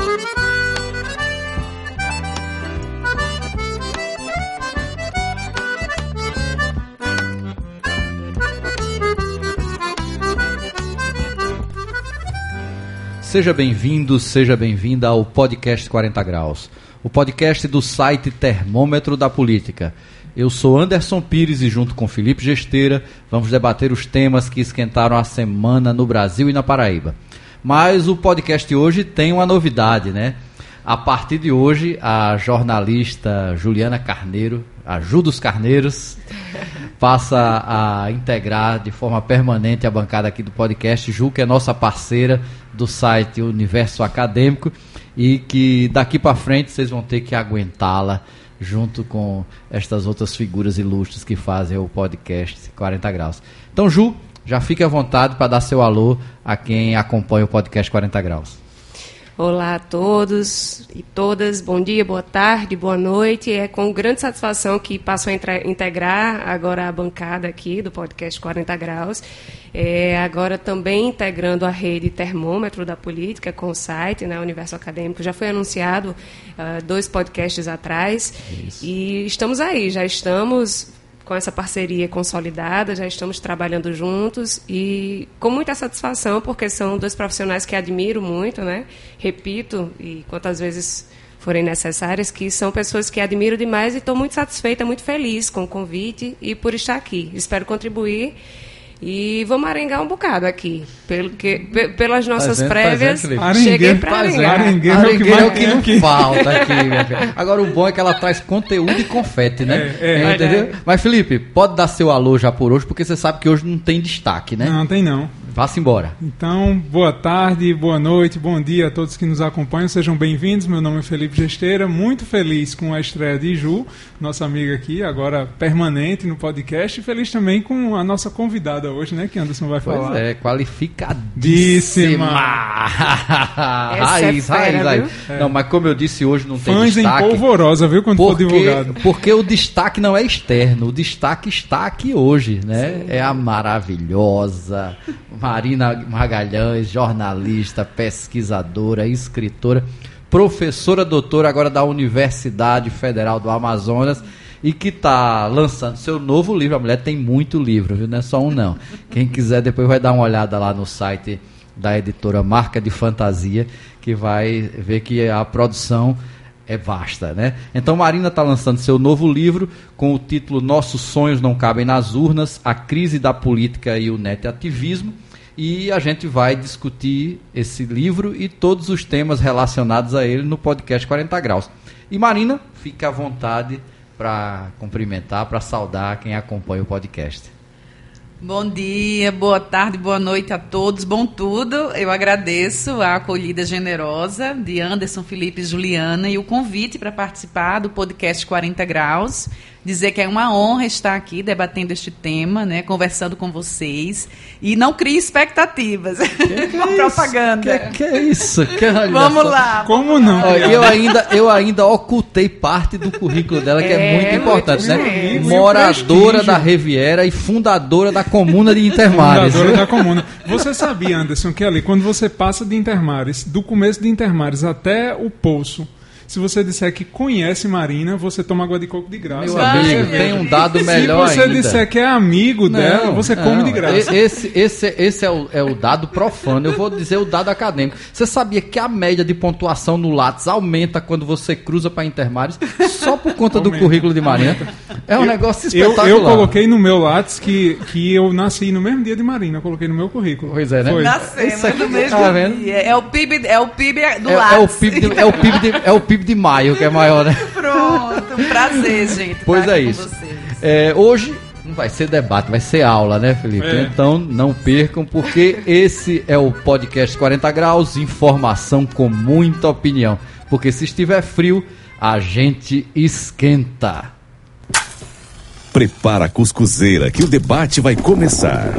Seja bem-vindo, seja bem-vinda ao podcast 40 Graus, o podcast do site Termômetro da Política. Eu sou Anderson Pires e junto com Felipe Gesteira vamos debater os temas que esquentaram a semana no Brasil e na Paraíba. Mas o podcast hoje tem uma novidade, né? A partir de hoje, a jornalista Juliana Carneiro, a Ju dos Carneiros, passa a integrar de forma permanente a bancada aqui do podcast. Ju, que é nossa parceira do site Universo Acadêmico e que daqui para frente vocês vão ter que aguentá-la junto com estas outras figuras ilustres que fazem o podcast 40 Graus. Então, Ju, já fique à vontade para dar seu alô a quem acompanha o podcast 40 Graus. Olá a todos e todas, bom dia, boa tarde, boa noite. É com grande satisfação que passo a integrar agora a bancada aqui do podcast 40 Graus. Agora também integrando a rede Termômetro da Política com o site, né, Universo Acadêmico. Já foi anunciado 2 podcasts atrás. Isso. E estamos aí, já estamos com essa parceria consolidada, já estamos trabalhando juntos e com muita satisfação, porque são 2 profissionais que admiro muito, né? Repito, e quantas vezes forem necessárias, que são pessoas que admiro demais e estou muito satisfeita, muito feliz com o convite e por estar aqui. Espero contribuir e vamos arengar um bocado aqui, pelas nossas prévias, cheguei para arengar. Arengueiro é o que não falta aqui, minha filha. Agora o bom é que ela traz conteúdo e confete, né? Entendeu? Mas Felipe, pode dar seu alô já por hoje, porque você sabe que hoje não tem destaque, né? Não tem não. Vá-se embora. Então, boa tarde, boa noite, bom dia a todos que nos acompanham, sejam bem-vindos. Meu nome é Felipe Gesteira, muito feliz com a estreia de Ju, nossa amiga aqui, agora permanente no podcast, e feliz também com a nossa convidada hoje, né, que Anderson vai falar. Pois é, qualificadíssima. Raiz. Não, mas como eu disse, hoje não tem fãs destaque. Fãs em polvorosa, viu, quando for divulgado. Porque o destaque não é externo, o destaque está aqui hoje, né? Sim. É a maravilhosa Marina Magalhães, jornalista, pesquisadora, escritora, professora doutora agora da Universidade Federal do Amazonas e que está lançando seu novo livro. A mulher tem muito livro, viu? Não é só um não. Quem quiser depois vai dar uma olhada lá no site da editora Marca de Fantasia, que vai ver que a produção é vasta, né? Então Marina está lançando seu novo livro com o título Nossos Sonhos Não Cabem nas Urnas, a crise da política e o netativismo, e a gente vai discutir esse livro e todos os temas relacionados a ele no podcast 40 Graus. E Marina, fica à vontade para cumprimentar, para saudar quem acompanha o podcast. Bom dia, boa tarde, boa noite a todos, bom tudo. Eu agradeço a acolhida generosa de Anderson, Felipe e Juliana e o convite para participar do podcast 40 Graus. Dizer que é uma honra estar aqui debatendo este tema, né, conversando com vocês. E não crie expectativas. Uma propaganda. Que é isso? Vamos lá. Como não? Eu ainda ocultei parte do currículo dela, que é muito importante, né? Moradora da Riviera e fundadora da Comuna de Intermares. Fundadora da Comuna. Você sabia, Anderson, que ali, quando você passa de Intermares, do começo de Intermares até o Poço, se você disser que conhece Marina, você toma água de coco de graça. Meu amigo, tem um dado melhor ainda. Se você disser que é amigo dela, você come de graça. Esse é o dado profano. Eu vou dizer o dado acadêmico. Você sabia que a média de pontuação no Lattes aumenta quando você cruza para Intermares só por conta do currículo de Marina? É um negócio espetacular. Eu coloquei no meu Lattes que eu nasci no mesmo dia de Marina. Eu coloquei no meu currículo. Pois é, né? Nascemos no mesmo dia. É o PIB do Lattes. É o PIB de maio, que é maior, né? Pronto, um prazer, gente. Pois é isso. Hoje não vai ser debate, vai ser aula, né, Felipe? Então não percam, porque esse é o podcast 40 Graus, informação com muita opinião. Porque se estiver frio, a gente esquenta. Prepara a cuscuzeira que o debate vai começar.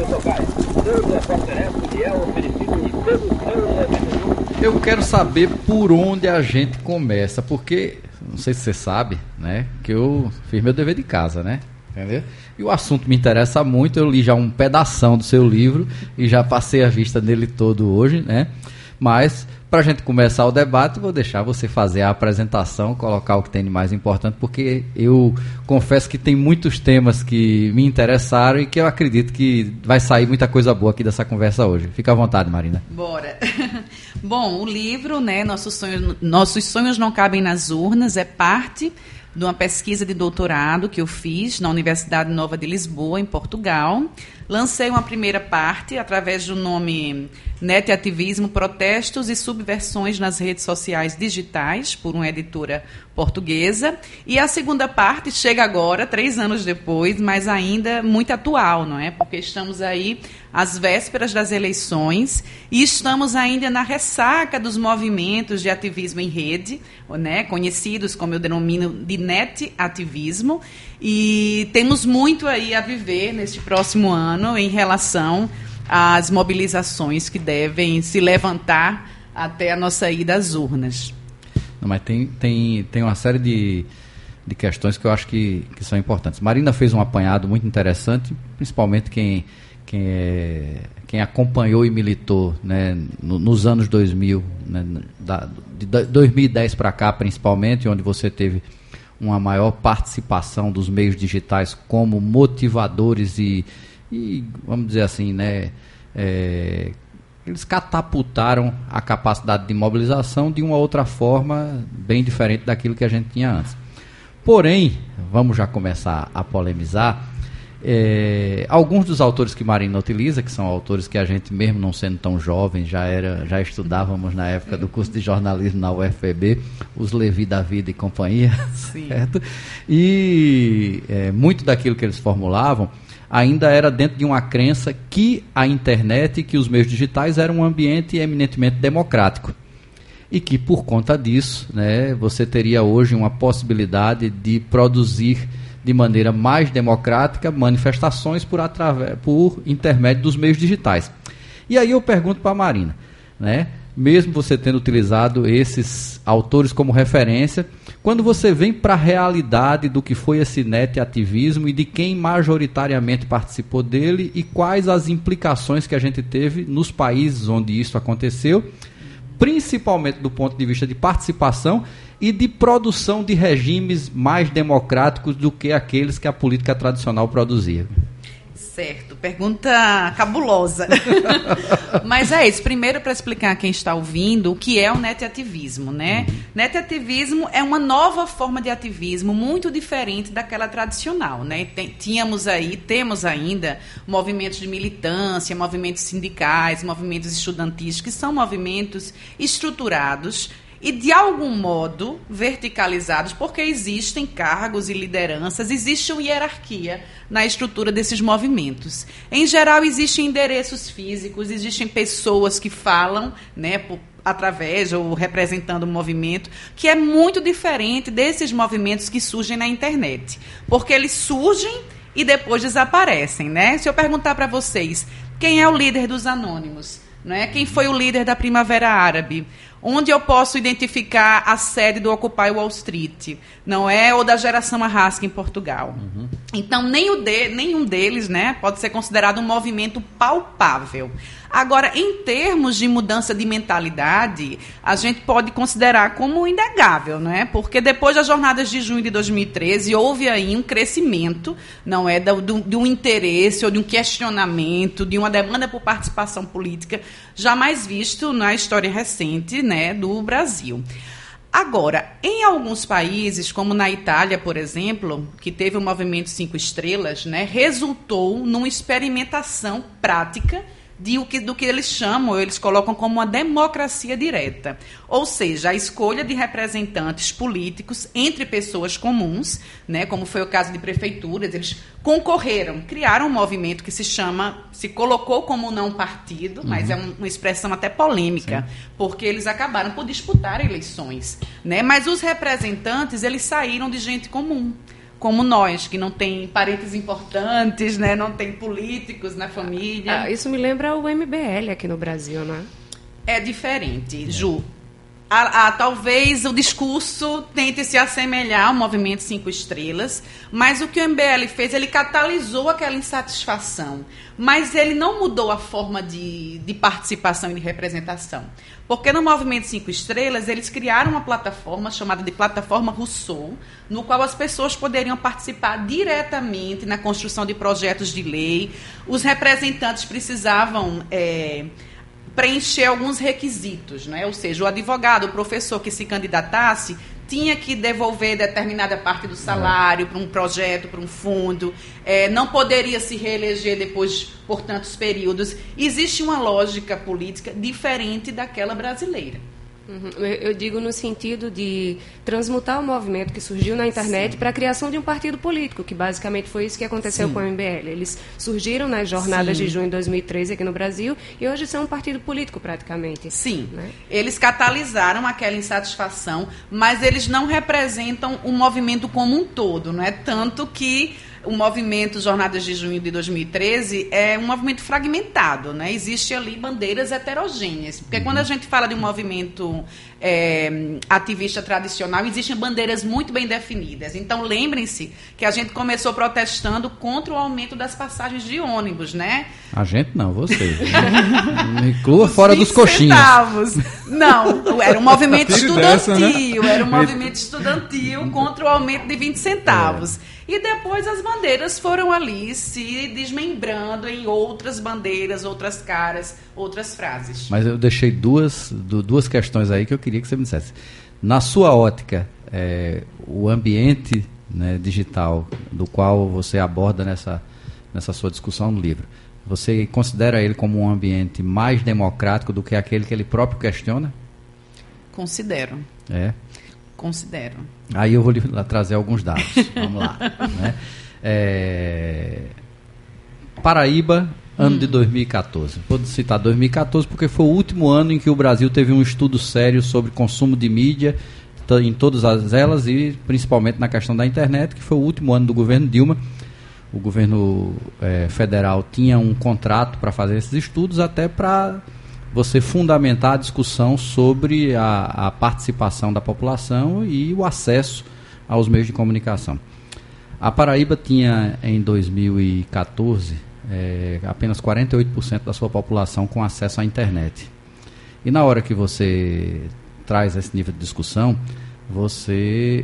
Eu quero saber por onde a gente começa, porque, não sei se você sabe, né, que eu fiz meu dever de casa, né, entendeu? E o assunto me interessa muito, eu li já um pedação do seu livro e já passei a vista nele todo hoje, né, mas Para a gente começar o debate, vou deixar você fazer a apresentação, colocar o que tem de mais importante, porque eu confesso que tem muitos temas que me interessaram e que eu acredito que vai sair muita coisa boa aqui dessa conversa hoje. Fica à vontade, Marina. Bora. Bom, o livro, né, Nossos Sonhos Não Cabem nas Urnas, é parte de uma pesquisa de doutorado que eu fiz na Universidade Nova de Lisboa, em Portugal. Lancei uma primeira parte através do nome Netativismo, Protestos e Subversões nas Redes Sociais Digitais, por uma editora portuguesa. E a segunda parte chega agora, 3 anos depois, mas ainda muito atual, não é? Porque estamos aí às vésperas das eleições e estamos ainda na ressaca dos movimentos de ativismo em rede, né? Conhecidos, como eu denomino, de netativismo. E temos muito aí a viver neste próximo ano em relação às mobilizações que devem se levantar até a nossa ida às urnas. Não, mas tem uma série de questões que eu acho que são importantes. Marina fez um apanhado muito interessante, principalmente quem acompanhou e militou, né, nos anos 2000, né, de 2010 para cá principalmente, onde você teve uma maior participação dos meios digitais como motivadores e vamos dizer assim, né, eles catapultaram a capacidade de mobilização de uma outra forma bem diferente daquilo que a gente tinha antes. Porém, vamos já começar a polemizar. Alguns dos autores que Marina utiliza, que são autores que a gente, mesmo não sendo tão jovem, já estudávamos na época do curso de jornalismo na UFPB, os Levi da Vida e companhia, certo? E muito daquilo que eles formulavam ainda era dentro de uma crença que a internet e que os meios digitais eram um ambiente eminentemente democrático. E que, por conta disso, né, você teria hoje uma possibilidade de produzir de maneira mais democrática manifestações por intermédio dos meios digitais. E aí eu pergunto para a Marina, né, mesmo você tendo utilizado esses autores como referência, quando você vem para a realidade do que foi esse netativismo e de quem majoritariamente participou dele e quais as implicações que a gente teve nos países onde isso aconteceu, principalmente do ponto de vista de participação e de produção de regimes mais democráticos do que aqueles que a política tradicional produzia. Certo, pergunta cabulosa. Mas é isso, primeiro para explicar a quem está ouvindo o que é o netativismo, né? Netativismo é uma nova forma de ativismo muito diferente daquela tradicional, né? Temos ainda movimentos de militância, movimentos sindicais, movimentos estudantis, que são movimentos estruturados e, de algum modo, verticalizados, porque existem cargos e lideranças, existe uma hierarquia na estrutura desses movimentos. Em geral, existem endereços físicos, existem pessoas que falam, né, através ou representando o movimento, que é muito diferente desses movimentos que surgem na internet, porque eles surgem e depois desaparecem, né? Se eu perguntar para vocês, quem é o líder dos Anônimos? Não é? Quem foi o líder da Primavera Árabe? Onde eu posso identificar a sede do Occupy Wall Street, não é? Ou da Geração Arrasca em Portugal. Então, nenhum deles, né, pode ser considerado um movimento palpável. Agora, em termos de mudança de mentalidade, a gente pode considerar como inegável, não é? Porque depois das jornadas de junho de 2013, houve aí um crescimento, não é, de um interesse ou de um questionamento, de uma demanda por participação política jamais visto na história recente, né, do Brasil. Agora, em alguns países, como na Itália, por exemplo, que teve o movimento 5 Estrelas, né, resultou numa experimentação prática do que eles chamam, eles colocam como uma democracia direta. Ou seja, a escolha de representantes políticos entre pessoas comuns, né, como foi o caso de prefeituras, eles concorreram, criaram um movimento que se colocou como não partido, mas é uma expressão até polêmica, porque eles acabaram por disputar eleições, né? Mas os representantes, eles saíram de gente comum, como nós, que não tem parentes importantes, né? Não tem políticos na família. Isso me lembra o MBL aqui no Brasil, não é? É diferente, Ju. talvez o discurso tente se assemelhar ao movimento 5 Estrelas, mas o que o MBL fez, ele catalisou aquela insatisfação, mas ele não mudou a forma de participação e de representação. Porque no movimento 5 Estrelas, eles criaram uma plataforma chamada de Plataforma Rousseau, no qual as pessoas poderiam participar diretamente na construção de projetos de lei. Os representantes precisavam preencher alguns requisitos, né? Ou seja, o advogado, o professor que se candidatasse tinha que devolver determinada parte do salário para um projeto, para um fundo, não poderia se reeleger depois por tantos períodos. Existe uma lógica política diferente daquela brasileira. Eu digo no sentido de transmutar o movimento que surgiu na internet para a criação de um partido político, que basicamente foi isso que aconteceu com o MBL. Eles surgiram nas jornadas de junho de 2013 aqui no Brasil e hoje são um partido político praticamente. Sim, né? Eles catalisaram aquela insatisfação, mas eles não representam o movimento como um todo, não é? Tanto que o movimento Jornadas de Junho de 2013 é um movimento fragmentado, né? Existe ali bandeiras heterogêneas. Porque quando a gente fala de um movimento ativista tradicional, existem bandeiras muito bem definidas. Então, lembrem-se que a gente começou protestando contra o aumento das passagens de ônibus, né? A gente não, você. Me inclua fora dos coxinhos. Centavos. Não, era um movimento estudantil, era um movimento estudantil contra o aumento de 20 centavos. E depois as bandeiras foram ali se desmembrando em outras bandeiras, outras caras, outras frases. Mas eu deixei duas questões aí que eu queria que você me dissesse. Na sua ótica, o ambiente, né, digital do qual você aborda nessa sua discussão no livro, você considera ele como um ambiente mais democrático do que aquele que ele próprio questiona? Considero. Considero. Aí eu vou lhe trazer alguns dados. Vamos lá. Né? Paraíba, ano de 2014. Vou citar 2014 porque foi o último ano em que o Brasil teve um estudo sério sobre consumo de mídia em todas elas e principalmente na questão da internet, que foi o último ano do governo Dilma. O governo federal tinha um contrato para fazer esses estudos, até para você fundamentar a discussão sobre a participação da população e o acesso aos meios de comunicação. A Paraíba tinha, em 2014, apenas 48% da sua população com acesso à internet. E na hora que você traz esse nível de discussão, você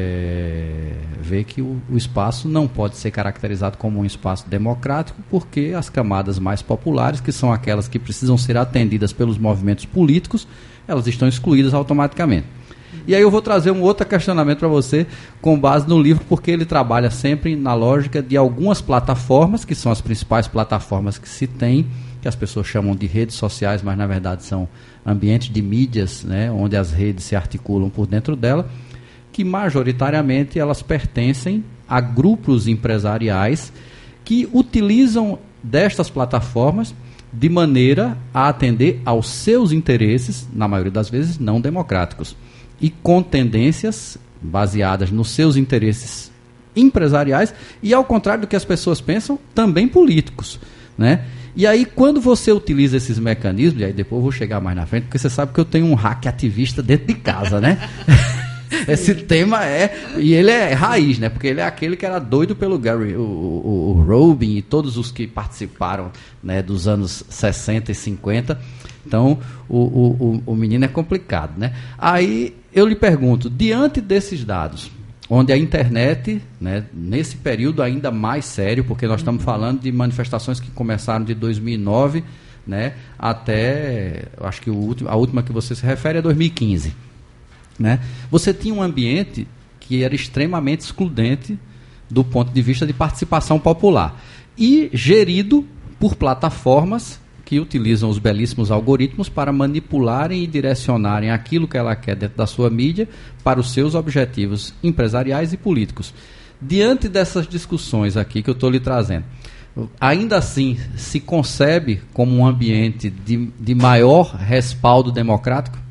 vê que o espaço não pode ser caracterizado como um espaço democrático, porque as camadas mais populares, que são aquelas que precisam ser atendidas pelos movimentos políticos, elas estão excluídas automaticamente. E aí eu vou trazer um outro questionamento para você, com base no livro, porque ele trabalha sempre na lógica de algumas plataformas, que são as principais plataformas que se tem, que as pessoas chamam de redes sociais, mas na verdade são ambientes de mídias, né, onde as redes se articulam por dentro dela, que majoritariamente elas pertencem a grupos empresariais que utilizam destas plataformas de maneira a atender aos seus interesses, na maioria das vezes não democráticos, e com tendências baseadas nos seus interesses empresariais e, ao contrário do que as pessoas pensam, também políticos, né? E aí, quando você utiliza esses mecanismos, e aí depois eu vou chegar mais na frente, porque você sabe que eu tenho um hack ativista dentro de casa, né? Esse tema e ele é raiz, né? Porque ele é aquele que era doido pelo Gary, o Rubin e todos os que participaram, né, dos anos 60 e 50. Então, o menino é complicado, né? Aí eu lhe pergunto, diante desses dados, onde a internet, né, nesse período ainda mais sério, porque nós estamos falando de manifestações que começaram de 2009, né, até, eu acho que a última que você se refere é 2015. Né? Você tinha um ambiente que era extremamente excludente do ponto de vista de participação popular e gerido por plataformas que utilizam os belíssimos algoritmos para manipularem e direcionarem aquilo que ela quer dentro da sua mídia para os seus objetivos empresariais e políticos. Diante dessas discussões aqui que eu estou lhe trazendo, ainda assim se concebe como um ambiente de maior respaldo democrático?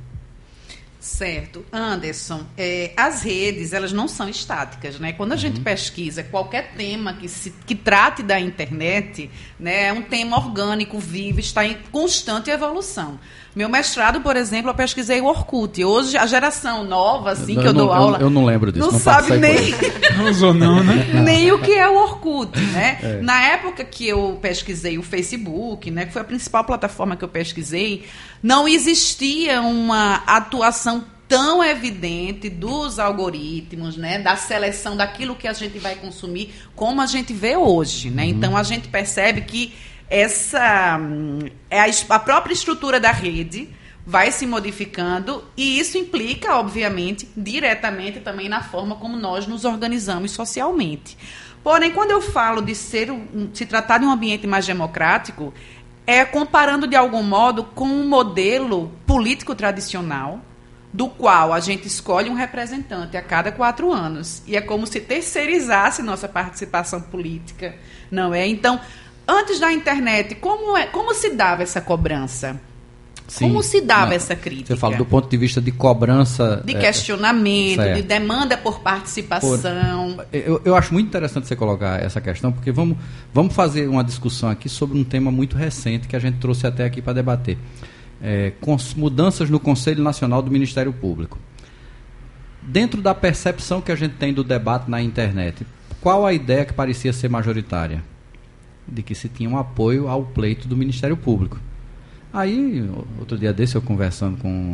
Certo. Anderson, as redes, elas não são estáticas, né? Quando a gente pesquisa qualquer tema que trate da internet, né, é um tema orgânico, vivo, está em constante evolução. Meu mestrado, por exemplo, eu pesquisei o Orkut. Hoje, a geração nova, assim, que eu dou aula... Eu não lembro disso. Não sabe nem... Não usou não, né? Nem o que é o Orkut, né? Na época que eu pesquisei o Facebook, né, que foi a principal plataforma que eu pesquisei, não existia uma atuação tão evidente dos algoritmos, né, da seleção daquilo que a gente vai consumir, como a gente vê hoje, né? Então a gente percebe que essa é a própria estrutura da rede vai se modificando e isso implica, obviamente, diretamente também na forma como nós nos organizamos socialmente. Porém, quando eu falo de se tratar de um ambiente mais democrático, é comparando de algum modo com um modelo político tradicional, do qual a gente escolhe um representante a cada 4 anos. E é como se terceirizasse nossa participação política, não é? Então, antes da internet, como se dava essa cobrança? Sim, como se dava essa crítica? Você fala do ponto de vista de cobrança... De questionamento, de demanda por participação. Eu acho muito interessante você colocar essa questão, porque vamos fazer uma discussão aqui sobre um tema muito recente que a gente trouxe até aqui para debater. Com mudanças no Conselho Nacional do Ministério Público. Dentro da percepção que a gente tem do debate na internet, qual a ideia que parecia ser majoritária? De que se tinha um apoio ao pleito do Ministério Público. Aí, outro dia desse, eu conversando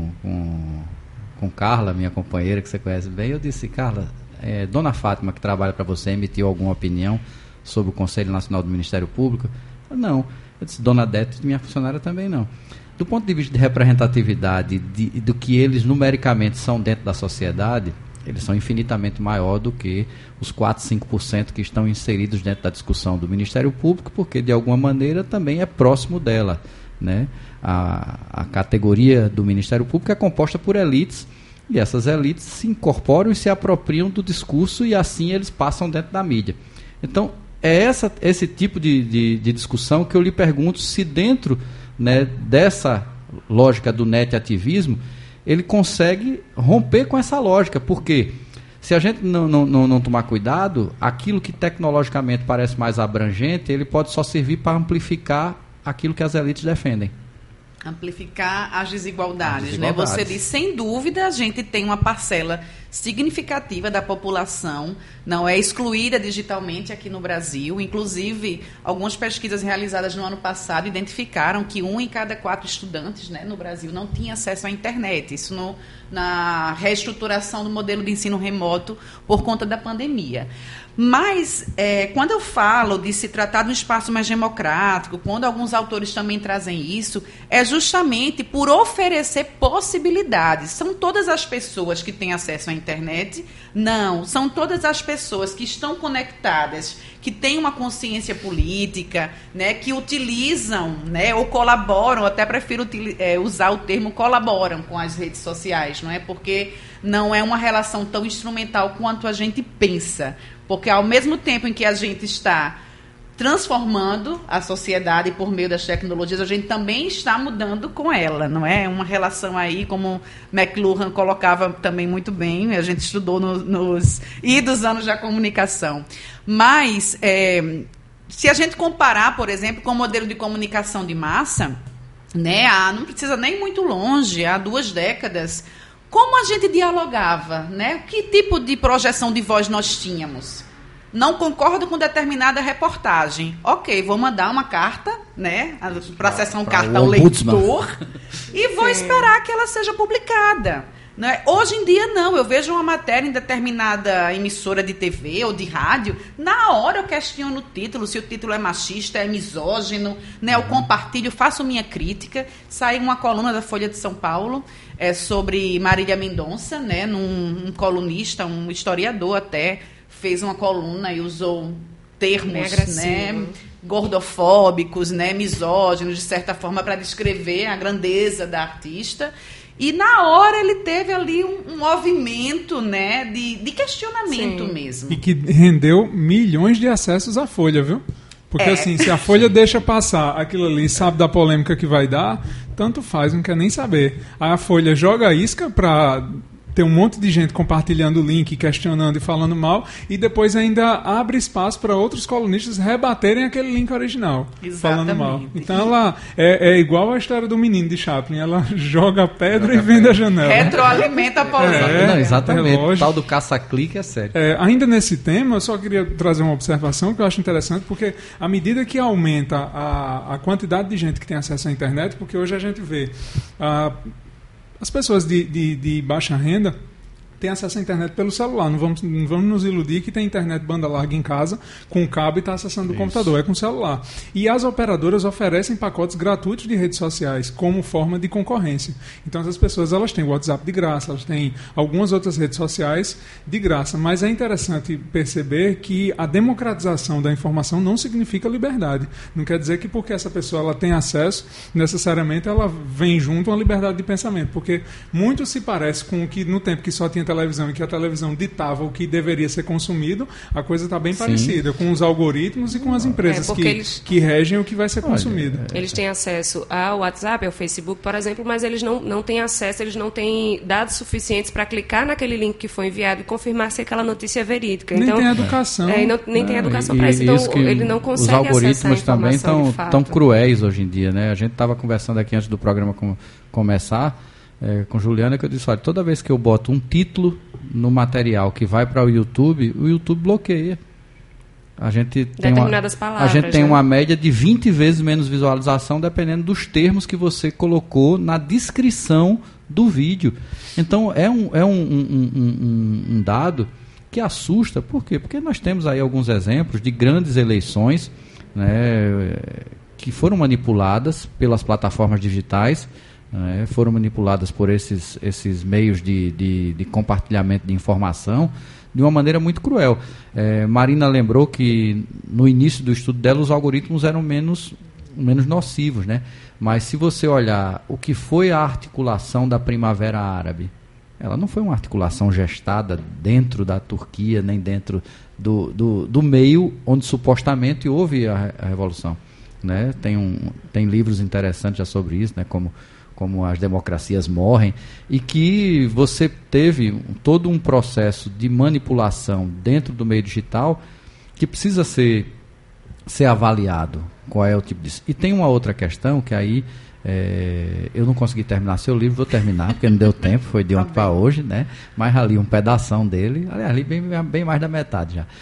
com Carla, minha companheira, que você conhece bem, eu disse, Carla, Dona Fátima, que trabalha para você, emitiu alguma opinião sobre o Conselho Nacional do Ministério Público? Não. Eu disse, Dona Dete, minha funcionária, também não. Do ponto de vista de representatividade, do que eles numericamente são dentro da sociedade, eles são infinitamente maior do que os 4, 5% que estão inseridos dentro da discussão do Ministério Público, porque, de alguma maneira, também é próximo dela, né? A categoria do Ministério Público é composta por elites, e essas elites se incorporam e se apropriam do discurso, e assim eles passam dentro da mídia. Então, é esse tipo de discussão que eu lhe pergunto se dentro, né, dessa lógica do net-ativismo, ele consegue romper com essa lógica, porque se a gente não tomar cuidado, aquilo que tecnologicamente parece mais abrangente, ele pode só servir para amplificar aquilo que as elites defendem. Amplificar as desigualdades, né? Você diz, sem dúvida, a gente tem uma parcela significativa da população, não é excluída digitalmente aqui no Brasil. Inclusive, algumas pesquisas realizadas no ano passado identificaram que 1 em cada 4 estudantes, né, no Brasil não tinha acesso à internet. Isso na reestruturação do modelo de ensino remoto por conta da pandemia. Mas, quando eu falo de se tratar de um espaço mais democrático, quando alguns autores também trazem isso, é justamente por oferecer possibilidades. São todas as pessoas que têm acesso à internet? Não. São todas as pessoas que estão conectadas, que têm uma consciência política, né, que utilizam, né, ou colaboram, até prefiro usar o termo colaboram com as redes sociais, não é? Porque não é uma relação tão instrumental quanto a gente pensa. Porque ao mesmo tempo em que a gente está transformando a sociedade por meio das tecnologias, a gente também está mudando com ela, não é? Uma relação aí, como McLuhan colocava também muito bem, a gente estudou nos idos anos da comunicação. Mas, se a gente comparar, por exemplo, com o modelo de comunicação de massa, né, não precisa nem muito longe, há 2 décadas, como a gente dialogava, né? Que tipo de projeção de voz nós tínhamos? Não concordo com determinada reportagem. Ok, vou mandar uma carta, né, para a seção carta ao leitor e vou esperar que ela seja publicada. Né? Hoje em dia, não. Eu vejo uma matéria em determinada emissora de TV ou de rádio, na hora eu questiono o título, se o título é machista, é misógino, né? Eu compartilho, faço minha crítica. Saiu uma coluna da Folha de São Paulo sobre Marília Mendonça, né? Um colunista, um historiador até, fez uma coluna e usou termos, né, gordofóbicos, né, misóginos, de certa forma, para descrever a grandeza da artista. E na hora ele teve ali um movimento, né, de questionamento. Sim. Mesmo. E que rendeu milhões de acessos à Folha, viu? Porque assim, se a Folha deixa passar aquilo ali, sabe da polêmica que vai dar, tanto faz, não quer nem saber. Aí a Folha joga a isca para tem um monte de gente compartilhando o link, questionando e falando mal, e depois ainda abre espaço para outros colunistas rebaterem aquele link original, falando mal. Então ela é igual a história do menino de Chaplin, ela joga pedra e vem da janela. Retroalimenta a polêmica. Não, exatamente. O tal do caça-clique é sério. Ainda nesse tema, eu só queria trazer uma observação que eu acho interessante, porque à medida que aumenta a quantidade de gente que tem acesso à internet, porque hoje a gente vê as pessoas de baixa renda têm acesso à internet pelo celular. Não vamos nos iludir que tem internet banda larga em casa, com cabo e está acessando o computador. É com o celular. E as operadoras oferecem pacotes gratuitos de redes sociais como forma de concorrência. Então, essas pessoas elas têm o WhatsApp de graça, elas têm algumas outras redes sociais de graça. Mas é interessante perceber que a democratização da informação não significa liberdade. Não quer dizer que porque essa pessoa ela tem acesso, necessariamente ela vem junto a uma liberdade de pensamento. Porque muito se parece com o que no tempo que só tinha televisão e que a televisão ditava o que deveria ser consumido, a coisa está bem parecida com os algoritmos e com as empresas que regem o que vai ser consumido. Eles têm acesso ao WhatsApp, ao Facebook, por exemplo, mas eles não têm acesso, eles não têm dados suficientes para clicar naquele link que foi enviado e confirmar se aquela notícia é verídica. Nem tem educação. Nem tem educação para isso. Então, ele não consegue acessar a informação. Os algoritmos também estão cruéis hoje em dia, né? A gente estava conversando aqui antes do programa começar, com Juliana, que eu disse, olha, toda vez que eu boto um título no material que vai para o YouTube bloqueia. A gente tem uma média de 20 vezes menos visualização dependendo dos termos que você colocou na descrição do vídeo. Então é um dado que assusta. Por quê? Porque nós temos aí alguns exemplos de grandes eleições, né, que foram manipuladas pelas plataformas digitais, foram manipuladas por esses meios de compartilhamento de informação de uma maneira muito cruel. Marina lembrou que no início do estudo dela os algoritmos eram menos nocivos, né? Mas se você olhar o que foi a articulação da Primavera Árabe, ela não foi uma articulação gestada dentro da Turquia, nem dentro do meio onde supostamente houve a revolução, né? Tem livros interessantes já sobre isso, né? Como as democracias morrem, e que você teve todo um processo de manipulação dentro do meio digital que precisa ser avaliado. Qual é o tipo disso? E tem uma outra questão que aí eu não consegui terminar seu livro, vou terminar porque não deu tempo, foi de ontem para hoje, né? Mas ali um pedação dele, aliás, ali bem mais da metade já.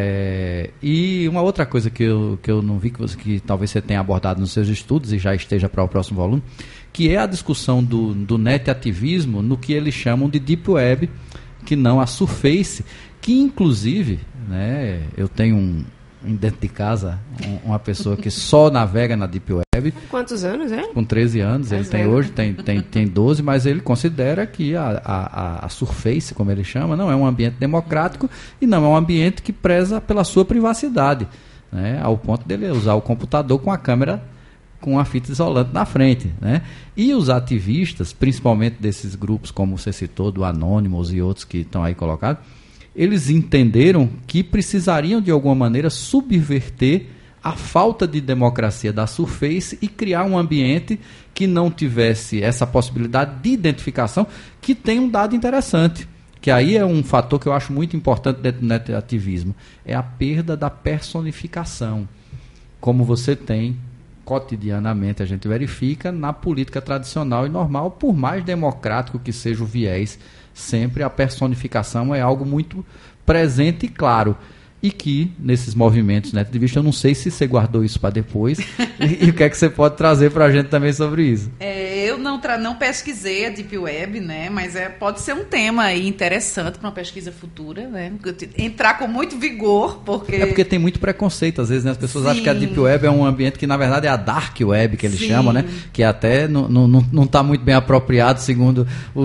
E uma outra coisa que eu não vi, que talvez você tenha abordado nos seus estudos e já esteja para o próximo volume, que é a discussão do net-ativismo no que eles chamam de Deep Web, que não a Surface, que inclusive, né, eu tenho dentro de casa uma pessoa que só navega na Deep Web. Quantos anos, Com 13 anos, ele tem hoje, tem 12, mas ele considera que a Surface, como ele chama, não é um ambiente democrático e não é um ambiente que preza pela sua privacidade, né, ao ponto dele usar o computador com a câmera com a fita isolante na frente, né? E os ativistas, principalmente desses grupos, como você citou, do Anonymous e outros que estão aí colocados, eles entenderam que precisariam, de alguma maneira, subverter a falta de democracia da Surface e criar um ambiente que não tivesse essa possibilidade de identificação, que tem um dado interessante, que aí é um fator que eu acho muito importante dentro do net-ativismo, é a perda da personificação, como você tem cotidianamente, a gente verifica na política tradicional e normal, por mais democrático que seja o viés, sempre a personificação é algo muito presente e claro. E que, nesses movimentos net de vista, eu não sei se você guardou isso para depois, e o que é que você pode trazer para a gente também sobre isso? Eu não pesquisei a Deep Web, né? Mas pode ser um tema aí interessante para uma pesquisa futura, né? Entrar com muito vigor, porque... É porque tem muito preconceito, às vezes, né? As pessoas acham que a Deep Web é um ambiente que, na verdade, é a Dark Web, que eles chamam, né? Que até não está muito bem apropriado, segundo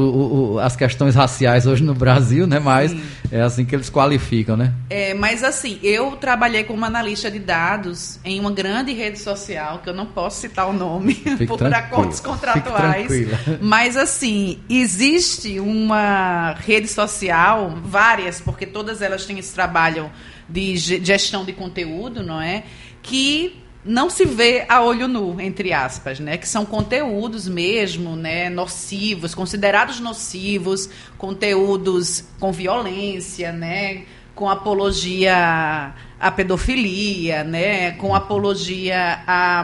as questões raciais hoje no Brasil, né? Mas é assim que eles qualificam, né? Mas assim, eu trabalhei como analista de dados em uma grande rede social, que eu não posso citar o nome por acordos contratuais. Mas assim, existe uma rede social, várias, porque todas elas têm esse trabalho de gestão de conteúdo, não é? Que não se vê a olho nu, entre aspas, né? Que são conteúdos mesmo, né? Nocivos, considerados nocivos, conteúdos com violência, né? Com apologia à pedofilia, né? Com apologia a...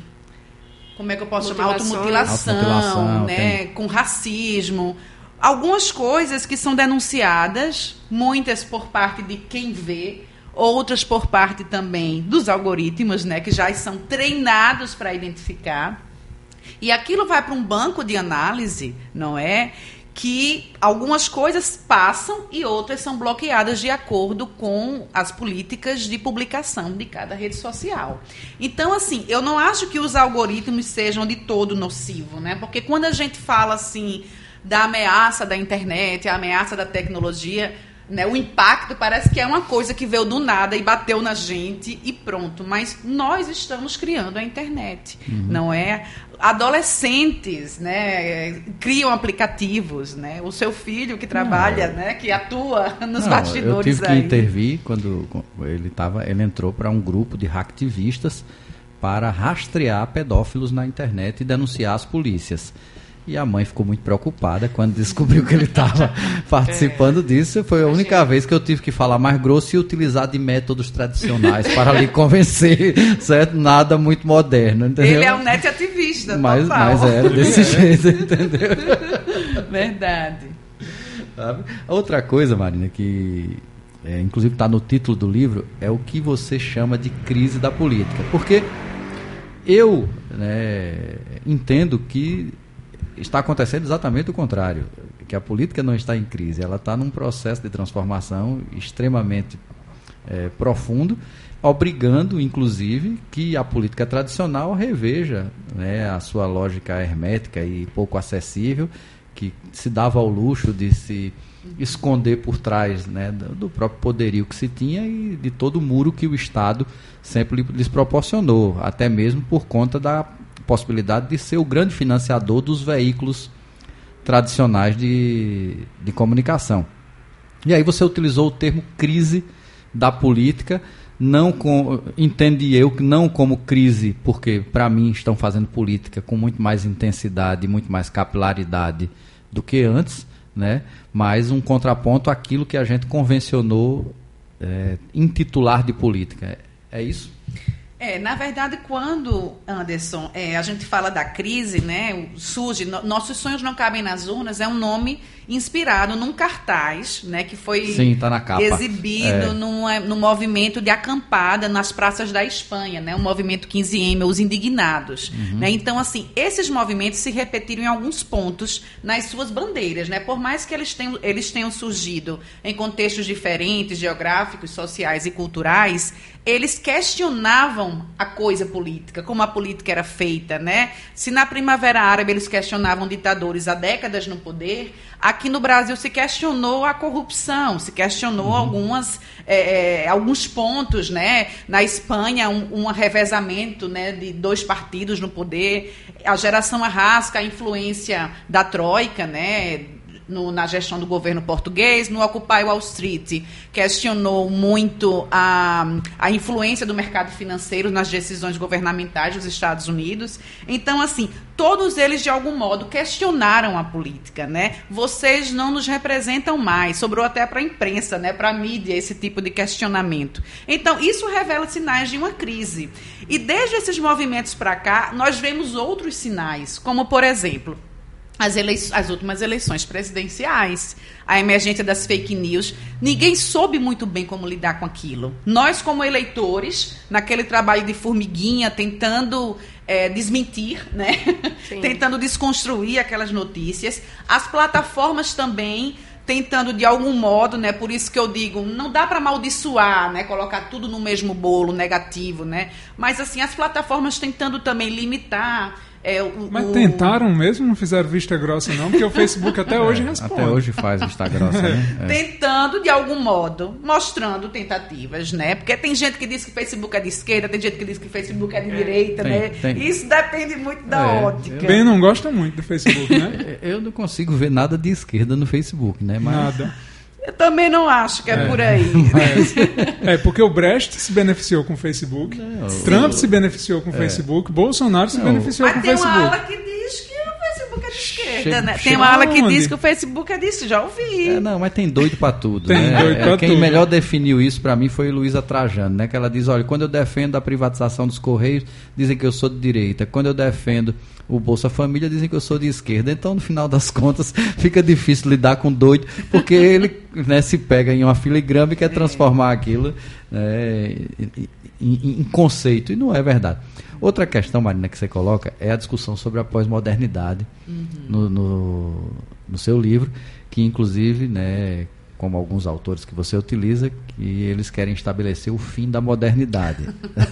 como é que eu posso chamar? Automutilação, né? Com racismo. Algumas coisas que são denunciadas, muitas por parte de quem vê, outras por parte também dos algoritmos, né, que já são treinados para identificar. E aquilo vai para um banco de análise, não é? Que algumas coisas passam e outras são bloqueadas de acordo com as políticas de publicação de cada rede social. Então, assim, eu não acho que os algoritmos sejam de todo nocivos, né? Porque quando a gente fala, assim, da ameaça da internet, a ameaça da tecnologia, né, o impacto parece que é uma coisa que veio do nada e bateu na gente e pronto. Mas nós estamos criando a internet, não é? Adolescentes, né, criam aplicativos, né? O seu filho que trabalha, né, que atua nos bastidores. Eu tive que intervir quando ele entrou para um grupo de hacktivistas para rastrear pedófilos na internet e denunciar as polícias. E a mãe ficou muito preocupada quando descobriu que ele estava participando disso. Foi a única vez que eu tive que falar mais grosso e utilizar de métodos tradicionais para lhe convencer, certo? Nada muito moderno, entendeu? Ele é um net ativista, mas era desse jeito, entendeu? Verdade. Sabe? Outra coisa, Marina, que inclusive está no título do livro, é o que você chama de crise da política. Porque eu, né, entendo que está acontecendo exatamente o contrário, que a política não está em crise, ela está num processo de transformação extremamente profundo, obrigando, inclusive, que a política tradicional reveja, né, a sua lógica hermética e pouco acessível, que se dava ao luxo de se esconder por trás, né, do próprio poderio que se tinha e de todo o muro que o Estado sempre lhes proporcionou, até mesmo por conta da possibilidade de ser o grande financiador dos veículos tradicionais de comunicação. E aí você utilizou o termo crise da política, entendi eu que não como crise, porque para mim estão fazendo política com muito mais intensidade e muito mais capilaridade do que antes, né? Mas um contraponto àquilo que a gente convencionou intitular de política. É isso? Na verdade, quando, Anderson, a gente fala da crise, né, surge, Nossos Sonhos Não Cabem nas Urnas, é um nome inspirado num cartaz, né, que foi tá na capa. Exibido num movimento de acampada nas praças da Espanha, né, o movimento 15M, os indignados. Né? Então, assim, esses movimentos se repetiram em alguns pontos nas suas bandeiras, né, por mais que eles tenham surgido em contextos diferentes, geográficos, sociais e culturais, eles questionavam a coisa política, como a política era feita, né? Se na Primavera Árabe eles questionavam ditadores há décadas no poder, aqui no Brasil se questionou a corrupção, se questionou alguns pontos, né? Na Espanha, um revezamento, né, de dois partidos no poder, a geração Arrasca, a influência da Troika, né? Na gestão do governo português, no Occupy Wall Street, questionou muito a influência do mercado financeiro nas decisões governamentais dos Estados Unidos. Então, assim, todos eles, de algum modo, questionaram a política, né? Vocês não nos representam mais, sobrou até para a imprensa, né? Para a mídia, esse tipo de questionamento. Então, isso revela sinais de uma crise. E desde esses movimentos para cá, nós vemos outros sinais, como, por exemplo, as últimas eleições presidenciais, a emergência das fake news, ninguém soube muito bem como lidar com aquilo. Nós, como eleitores, naquele trabalho de formiguinha, tentando desmentir, né? Tentando desconstruir aquelas notícias, as plataformas também tentando de algum modo, né? Por isso que eu digo, não dá para amaldiçoar, né? Colocar tudo no mesmo bolo negativo, né? Mas assim, as plataformas tentando também limitar. Mas tentaram mesmo? Não fizeram vista grossa não? Porque o Facebook até hoje responde. Até hoje faz vista grossa, né? Tentando, de algum modo, mostrando tentativas, né? Porque tem gente que diz que Facebook é de esquerda, tem gente que diz que Facebook é de direita, né? Isso depende muito da ótica. Ben não gosta muito do Facebook, né? Eu não consigo ver nada de esquerda no Facebook, né? Mas nada. Eu também não acho que é por aí. Porque o Brecht se beneficiou com o Facebook, Trump se beneficiou com o Facebook, Bolsonaro se beneficiou com o Facebook. Mas tem uma ala que diz que o Facebook é de esquerda, né? Tem uma ala que diz que o Facebook é disso, já ouvi. Mas tem doido pra tudo. Tem doido pra Quem tudo. melhor definiu isso pra mim foi Luísa Trajano, né? Que ela diz, olha, quando eu defendo a privatização dos Correios, dizem que eu sou de direita. Quando eu defendo o Bolsa Família, dizem que eu sou de esquerda. Então, no final das contas, fica difícil lidar com doido, porque ele, né, se pega em uma filigrama e quer transformar aquilo em conceito, e não é verdade. Outra questão, Marina, que você coloca é a discussão sobre a pós-modernidade no seu livro, que inclusive, né, como alguns autores que você utiliza, que eles querem estabelecer o fim da modernidade.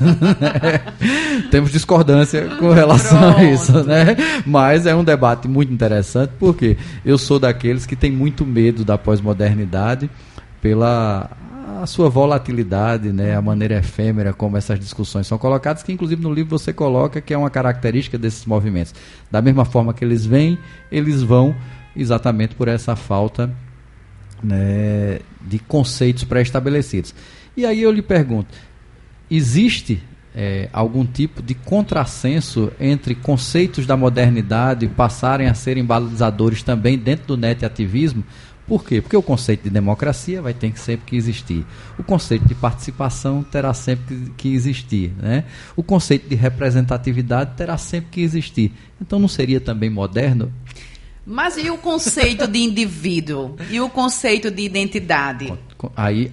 Temos discordância com relação a isso, né? Mas é um debate muito interessante, porque eu sou daqueles que tem muito medo da pós-modernidade pela a sua volatilidade, né, a maneira efêmera como essas discussões são colocadas, que inclusive no livro você coloca que é uma característica desses movimentos. Da mesma forma que eles vêm, eles vão exatamente por essa falta, né, de conceitos pré-estabelecidos. E aí eu lhe pergunto, existe algum tipo de contrassenso entre conceitos da modernidade passarem a serem balizadores também dentro do net-ativismo? Por quê? Porque o conceito de democracia vai ter que sempre que existir. O conceito de participação terá sempre que existir, né? O conceito de representatividade terá sempre que existir. Então não seria também moderno? Mas e o conceito de indivíduo? E o conceito de identidade? Aí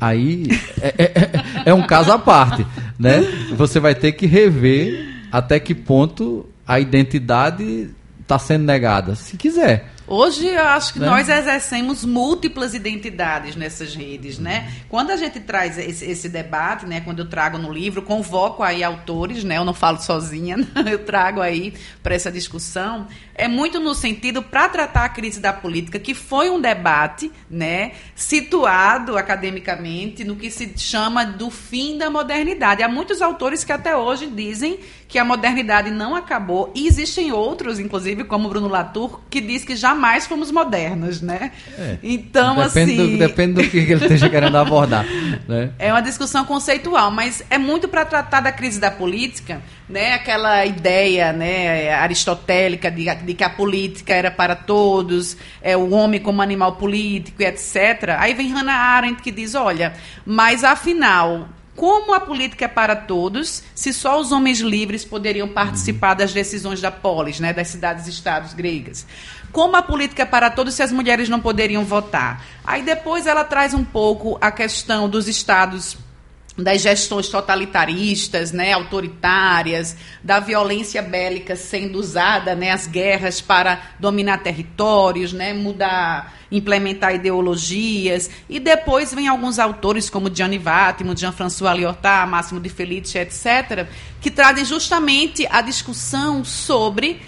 é um caso à parte, né? Você vai ter que rever até que ponto a identidade está sendo negada, se quiser. Hoje eu acho que nós exercemos múltiplas identidades nessas redes, né? Quando a gente traz esse debate, né? Quando eu trago no livro, convoco aí autores, né? Eu não falo sozinha, eu trago aí para essa discussão. É muito no sentido para tratar a crise da política, que foi um debate, né? Situado academicamente no que se chama do fim da modernidade. Há muitos autores que até hoje dizem que a modernidade não acabou, e existem outros, inclusive como Bruno Latour, que diz que jamais fomos modernos, né? Então, depende do que ele esteja querendo abordar, né? É uma discussão conceitual, mas é muito para tratar da crise da política, né? Aquela ideia, né, aristotélica de que a política era para todos, o homem como animal político, etc. Aí vem Hannah Arendt que diz, olha, mas afinal, como a política é para todos, se só os homens livres poderiam participar das decisões da polis, né, das cidades-estados gregas? Como a política é para todos se as mulheres não poderiam votar? Aí depois ela traz um pouco a questão dos estados, das gestões totalitaristas, né, autoritárias, da violência bélica sendo usada, né, as guerras para dominar territórios, né, implementar ideologias. E depois vem alguns autores como Gianni Vattimo, Jean-François Lyotard, Máximo de Felice, etc., que trazem justamente a discussão sobre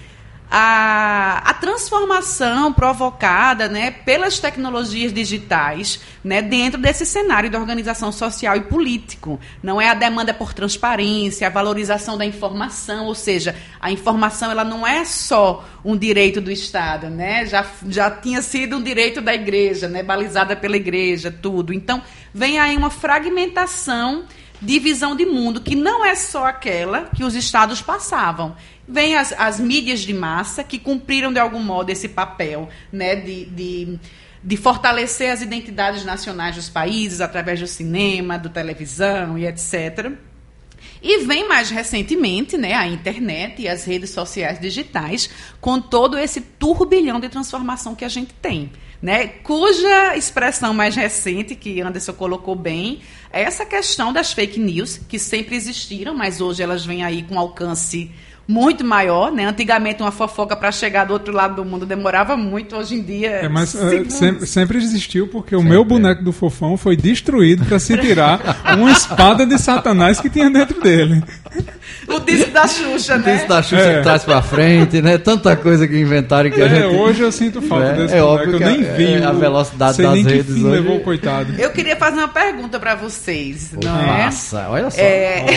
a transformação provocada, né, pelas tecnologias digitais, né, dentro desse cenário de organização social e político. Não é a demanda por transparência, a valorização da informação, ou seja, a informação ela não é só um direito do Estado, né, já tinha sido um direito da Igreja, né, balizada pela Igreja, tudo. Então, vem aí uma fragmentação de visão de mundo, que não é só aquela que os Estados passavam. Vem as mídias de massa, que cumpriram, de algum modo, esse papel, né, de fortalecer as identidades nacionais dos países, através do cinema, da televisão e etc. E vem, mais recentemente, né, a internet e as redes sociais digitais, com todo esse turbilhão de transformação que a gente tem, né, cuja expressão mais recente, que Anderson colocou bem, é essa questão das fake news, que sempre existiram, mas hoje elas vêm aí com alcance muito maior, né? Antigamente uma fofoca para chegar do outro lado do mundo demorava muito, hoje em dia... Mas sempre existiu, porque o meu boneco do Fofão foi destruído para se tirar uma espada de Satanás que tinha dentro dele. O disco da Xuxa, né? O disco da Xuxa que traz para frente, né? Tanta coisa que inventaram que a gente... Hoje eu sinto falta desse boneco, óbvio que eu nem vi a velocidade das redes hoje... levou, coitado. Eu queria fazer uma pergunta para vocês, Pô, não massa, olha só.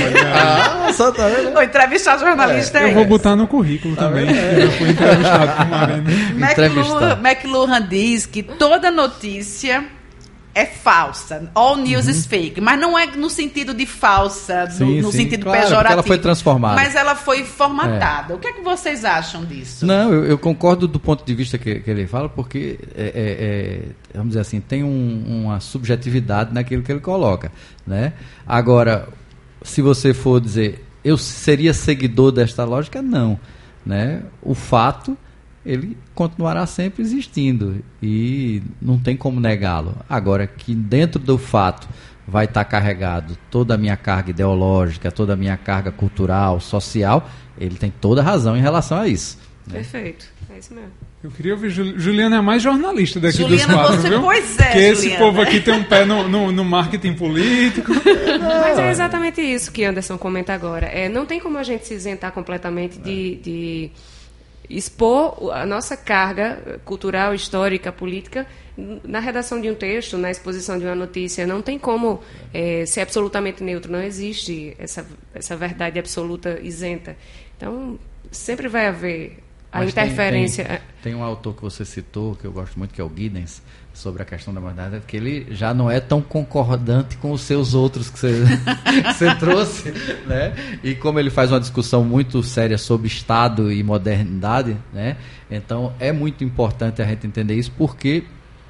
Só tá vendo? Vou entrevistar jornalista. Eu vou botar no currículo também. Eu fui entrevistado por Marina. McLuhan diz que toda notícia é falsa. All news is fake. Mas não é no sentido de falsa, no sentido claro, pejorativo. Ela foi transformada. Mas ela foi formatada. O que é que vocês acham disso? Não, eu concordo do ponto de vista que ele fala, porque, vamos dizer assim, tem uma subjetividade naquilo que ele coloca, né? Agora, se você for dizer, eu seria seguidor desta lógica, não, né? O fato, ele continuará sempre existindo e não tem como negá-lo. Agora, que dentro do fato vai estar carregado toda a minha carga ideológica, toda a minha carga cultural, social, ele tem toda a razão em relação a isso, né? Perfeito, é isso mesmo. Eu queria ouvir, Juliana é a mais jornalista daqui Juliana, dos quatro, você, viu? pois é, porque esse Juliana. povo aqui tem um pé no marketing político. Mas é exatamente isso que Anderson comenta agora. Não tem como a gente se isentar completamente de expor a nossa carga cultural, histórica, política na redação de um texto, na exposição de uma notícia. Não tem como ser absolutamente neutro. Não existe essa verdade absoluta isenta. Então, sempre vai haver a interferência. Tem um autor que você citou, que eu gosto muito, que é o Giddens, sobre a questão da modernidade, que ele já não é tão concordante com os seus outros que você trouxe, né? E como ele faz uma discussão muito séria sobre Estado e modernidade, né? Então é muito importante a gente entender isso, porque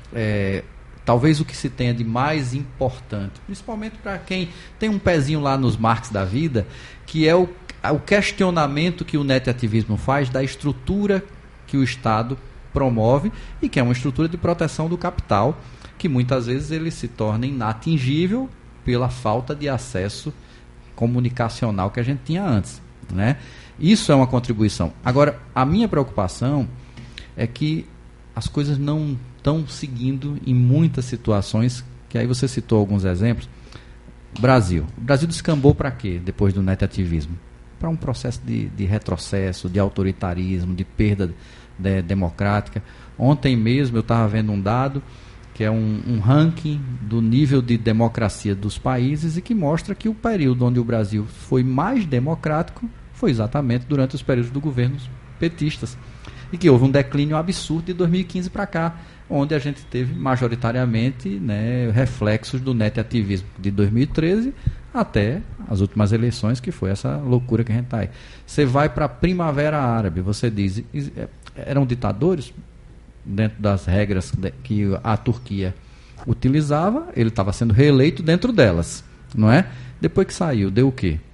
talvez o que se tenha de mais importante, principalmente para quem tem um pezinho lá nos Marx da vida, que é o questionamento que o netativismo faz da estrutura que o Estado promove e que é uma estrutura de proteção do capital, que muitas vezes ele se torna inatingível pela falta de acesso comunicacional que a gente tinha antes, né? Isso é uma contribuição. Agora, a minha preocupação é que as coisas não estão seguindo em muitas situações, que aí você citou alguns exemplos. O Brasil descambou para quê depois do netativismo? Para um processo de retrocesso, de autoritarismo, de perda democrática. Ontem mesmo eu estava vendo um dado que é um ranking do nível de democracia dos países e que mostra que o período onde o Brasil foi mais democrático foi exatamente durante os períodos dos governos petistas, e que houve um declínio absurdo de 2015 para cá, onde a gente teve majoritariamente, né, reflexos do netativismo de 2013 até as últimas eleições, que foi essa loucura que a gente está aí. Você vai para a Primavera Árabe, você diz, eram ditadores dentro das regras que a Turquia utilizava, ele estava sendo reeleito dentro delas, não é? Depois que saiu, deu o quê?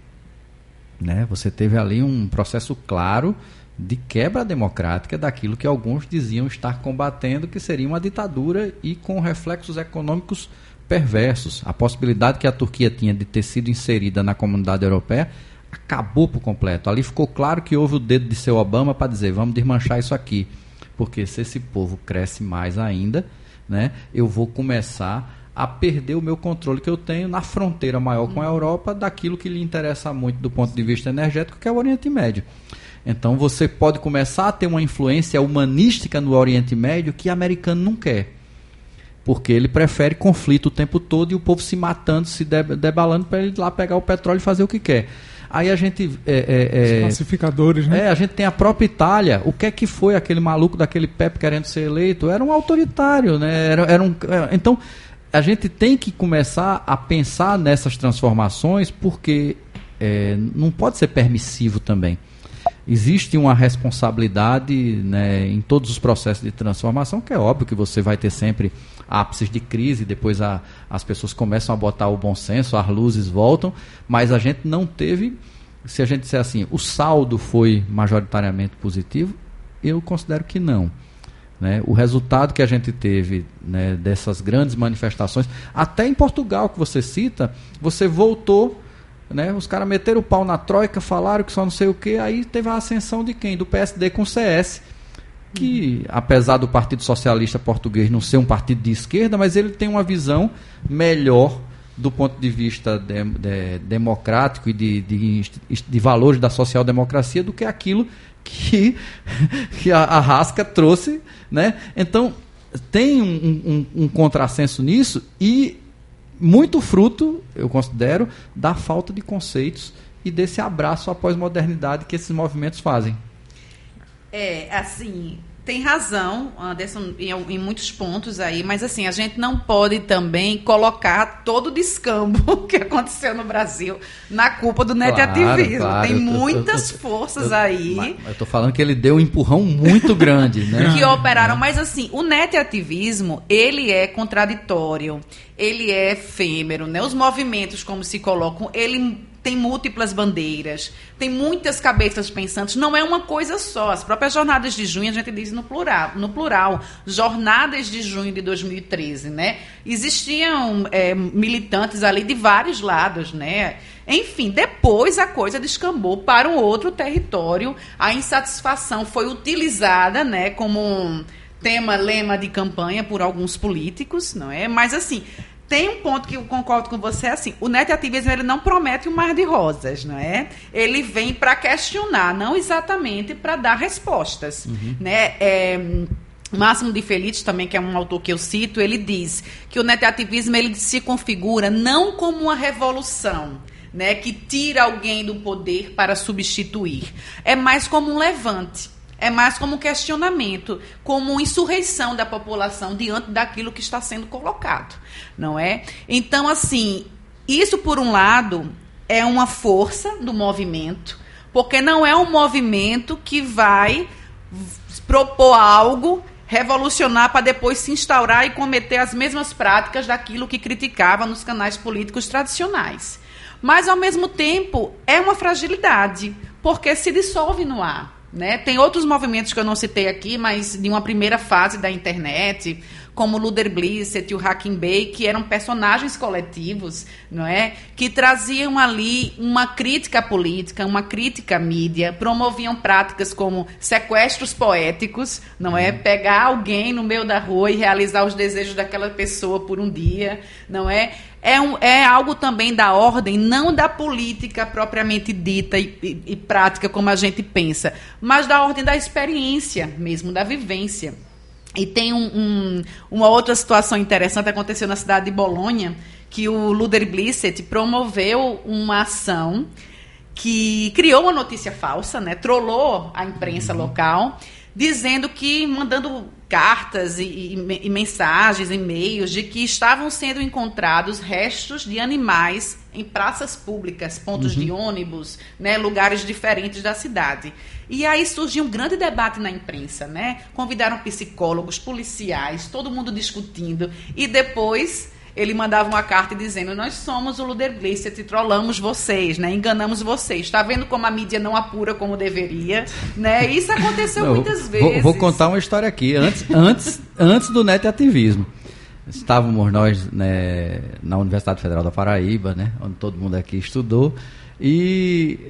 Né? Você teve ali um processo claro de quebra democrática daquilo que alguns diziam estar combatendo, que seria uma ditadura e com reflexos econômicos perversos. A possibilidade que a Turquia tinha de ter sido inserida na comunidade europeia acabou por completo. Ali ficou claro que houve o dedo de seu Obama para dizer, vamos desmanchar isso aqui, porque se esse povo cresce mais ainda, né, eu vou começar a perder o meu controle que eu tenho na fronteira maior com a Europa daquilo que lhe interessa muito do ponto de vista energético, que é o Oriente Médio. Então você pode começar a ter uma influência humanística no Oriente Médio que o americano não quer, porque ele prefere conflito o tempo todo e o povo se matando, se debalando para ele ir lá pegar o petróleo e fazer o que quer. Aí a gente... Os pacificadores, né? A gente tem a própria Itália. O que é que foi aquele maluco daquele Pepe querendo ser eleito? Era um autoritário, né? Então, a gente tem que começar a pensar nessas transformações, porque não pode ser permissivo também. Existe uma responsabilidade, né, em todos os processos de transformação, que é óbvio que você vai ter sempre ápices de crise, depois as pessoas começam a botar o bom senso, as luzes voltam, mas a gente não teve, se a gente disser assim, o saldo foi majoritariamente positivo, eu considero que não. Né? O resultado que a gente teve, né, dessas grandes manifestações, até em Portugal que você cita, você voltou... Né? Os caras meteram o pau na Troika, falaram que só não sei o que, aí teve a ascensão de quem? Do PSD com o CS, que apesar do Partido Socialista Português não ser um partido de esquerda, mas ele tem uma visão melhor do ponto de vista democrático e de valores da social-democracia do que aquilo que a Rasca trouxe, né? Então tem um contrassenso nisso e muito fruto, eu considero, da falta de conceitos e desse abraço à pós-modernidade que esses movimentos fazem. Assim, Tem razão, Anderson, em muitos pontos aí, mas assim, a gente não pode também colocar todo o descambo que aconteceu no Brasil na culpa do netativismo. Claro. Tem muitas forças aí. Eu tô falando que ele deu um empurrão muito grande, né? Que operaram, mas assim, o netativismo, ele é contraditório, ele é efêmero, né? Os movimentos, como se colocam, ele tem múltiplas bandeiras, tem muitas cabeças pensantes, não é uma coisa só. As próprias jornadas de junho, a gente diz no plural, jornadas de junho de 2013, né? Existiam militantes ali de vários lados, né? Enfim, depois a coisa descambou para um outro território, a insatisfação foi utilizada, né, como um lema de campanha por alguns políticos, não é? Mas assim, tem um ponto que eu concordo com você, assim, o netativismo ele não promete um mar de rosas, não é? Ele vem para questionar, não exatamente para dar respostas, né? Máximo de Feliz, também, que é um autor que eu cito, ele diz que o netativismo ele se configura não como uma revolução, né, que tira alguém do poder para substituir, é mais como um levante. É mais como um questionamento, como uma insurreição da população diante daquilo que está sendo colocado, não é? Então, assim, isso, por um lado, é uma força do movimento, porque não é um movimento que vai propor algo, revolucionar para depois se instaurar e cometer as mesmas práticas daquilo que criticava nos canais políticos tradicionais. Mas, ao mesmo tempo, é uma fragilidade, porque se dissolve no ar. Né? Tem outros movimentos que eu não citei aqui, mas de uma primeira fase da internet, como o Luder Blissett e o Hakim Bey, que eram personagens coletivos, não é? Que traziam ali uma crítica política, uma crítica à mídia, promoviam práticas como sequestros poéticos, não é? Pegar alguém no meio da rua e realizar os desejos daquela pessoa por um dia, não é? É algo também da ordem, não da política propriamente dita e prática como a gente pensa, mas da ordem da experiência mesmo, da vivência. E tem uma outra situação interessante que aconteceu na cidade de Bolonha, que o Luder Blissett promoveu uma ação que criou uma notícia falsa, né? Trollou a imprensa local, dizendo que, mandando cartas e mensagens, e-mails, de que estavam sendo encontrados restos de animais em praças públicas, pontos de ônibus, né, lugares diferentes da cidade. E aí surgiu um grande debate na imprensa, né? Convidaram psicólogos, policiais, todo mundo discutindo, e depois ele mandava uma carta dizendo: nós somos o Luder Blissett, trollamos vocês, né? Enganamos vocês. Está vendo como a mídia não apura como deveria? Né? Isso aconteceu muitas vezes. Vou contar uma história aqui. Antes do netativismo. Estávamos nós, né, na Universidade Federal da Paraíba, né, onde todo mundo aqui estudou, e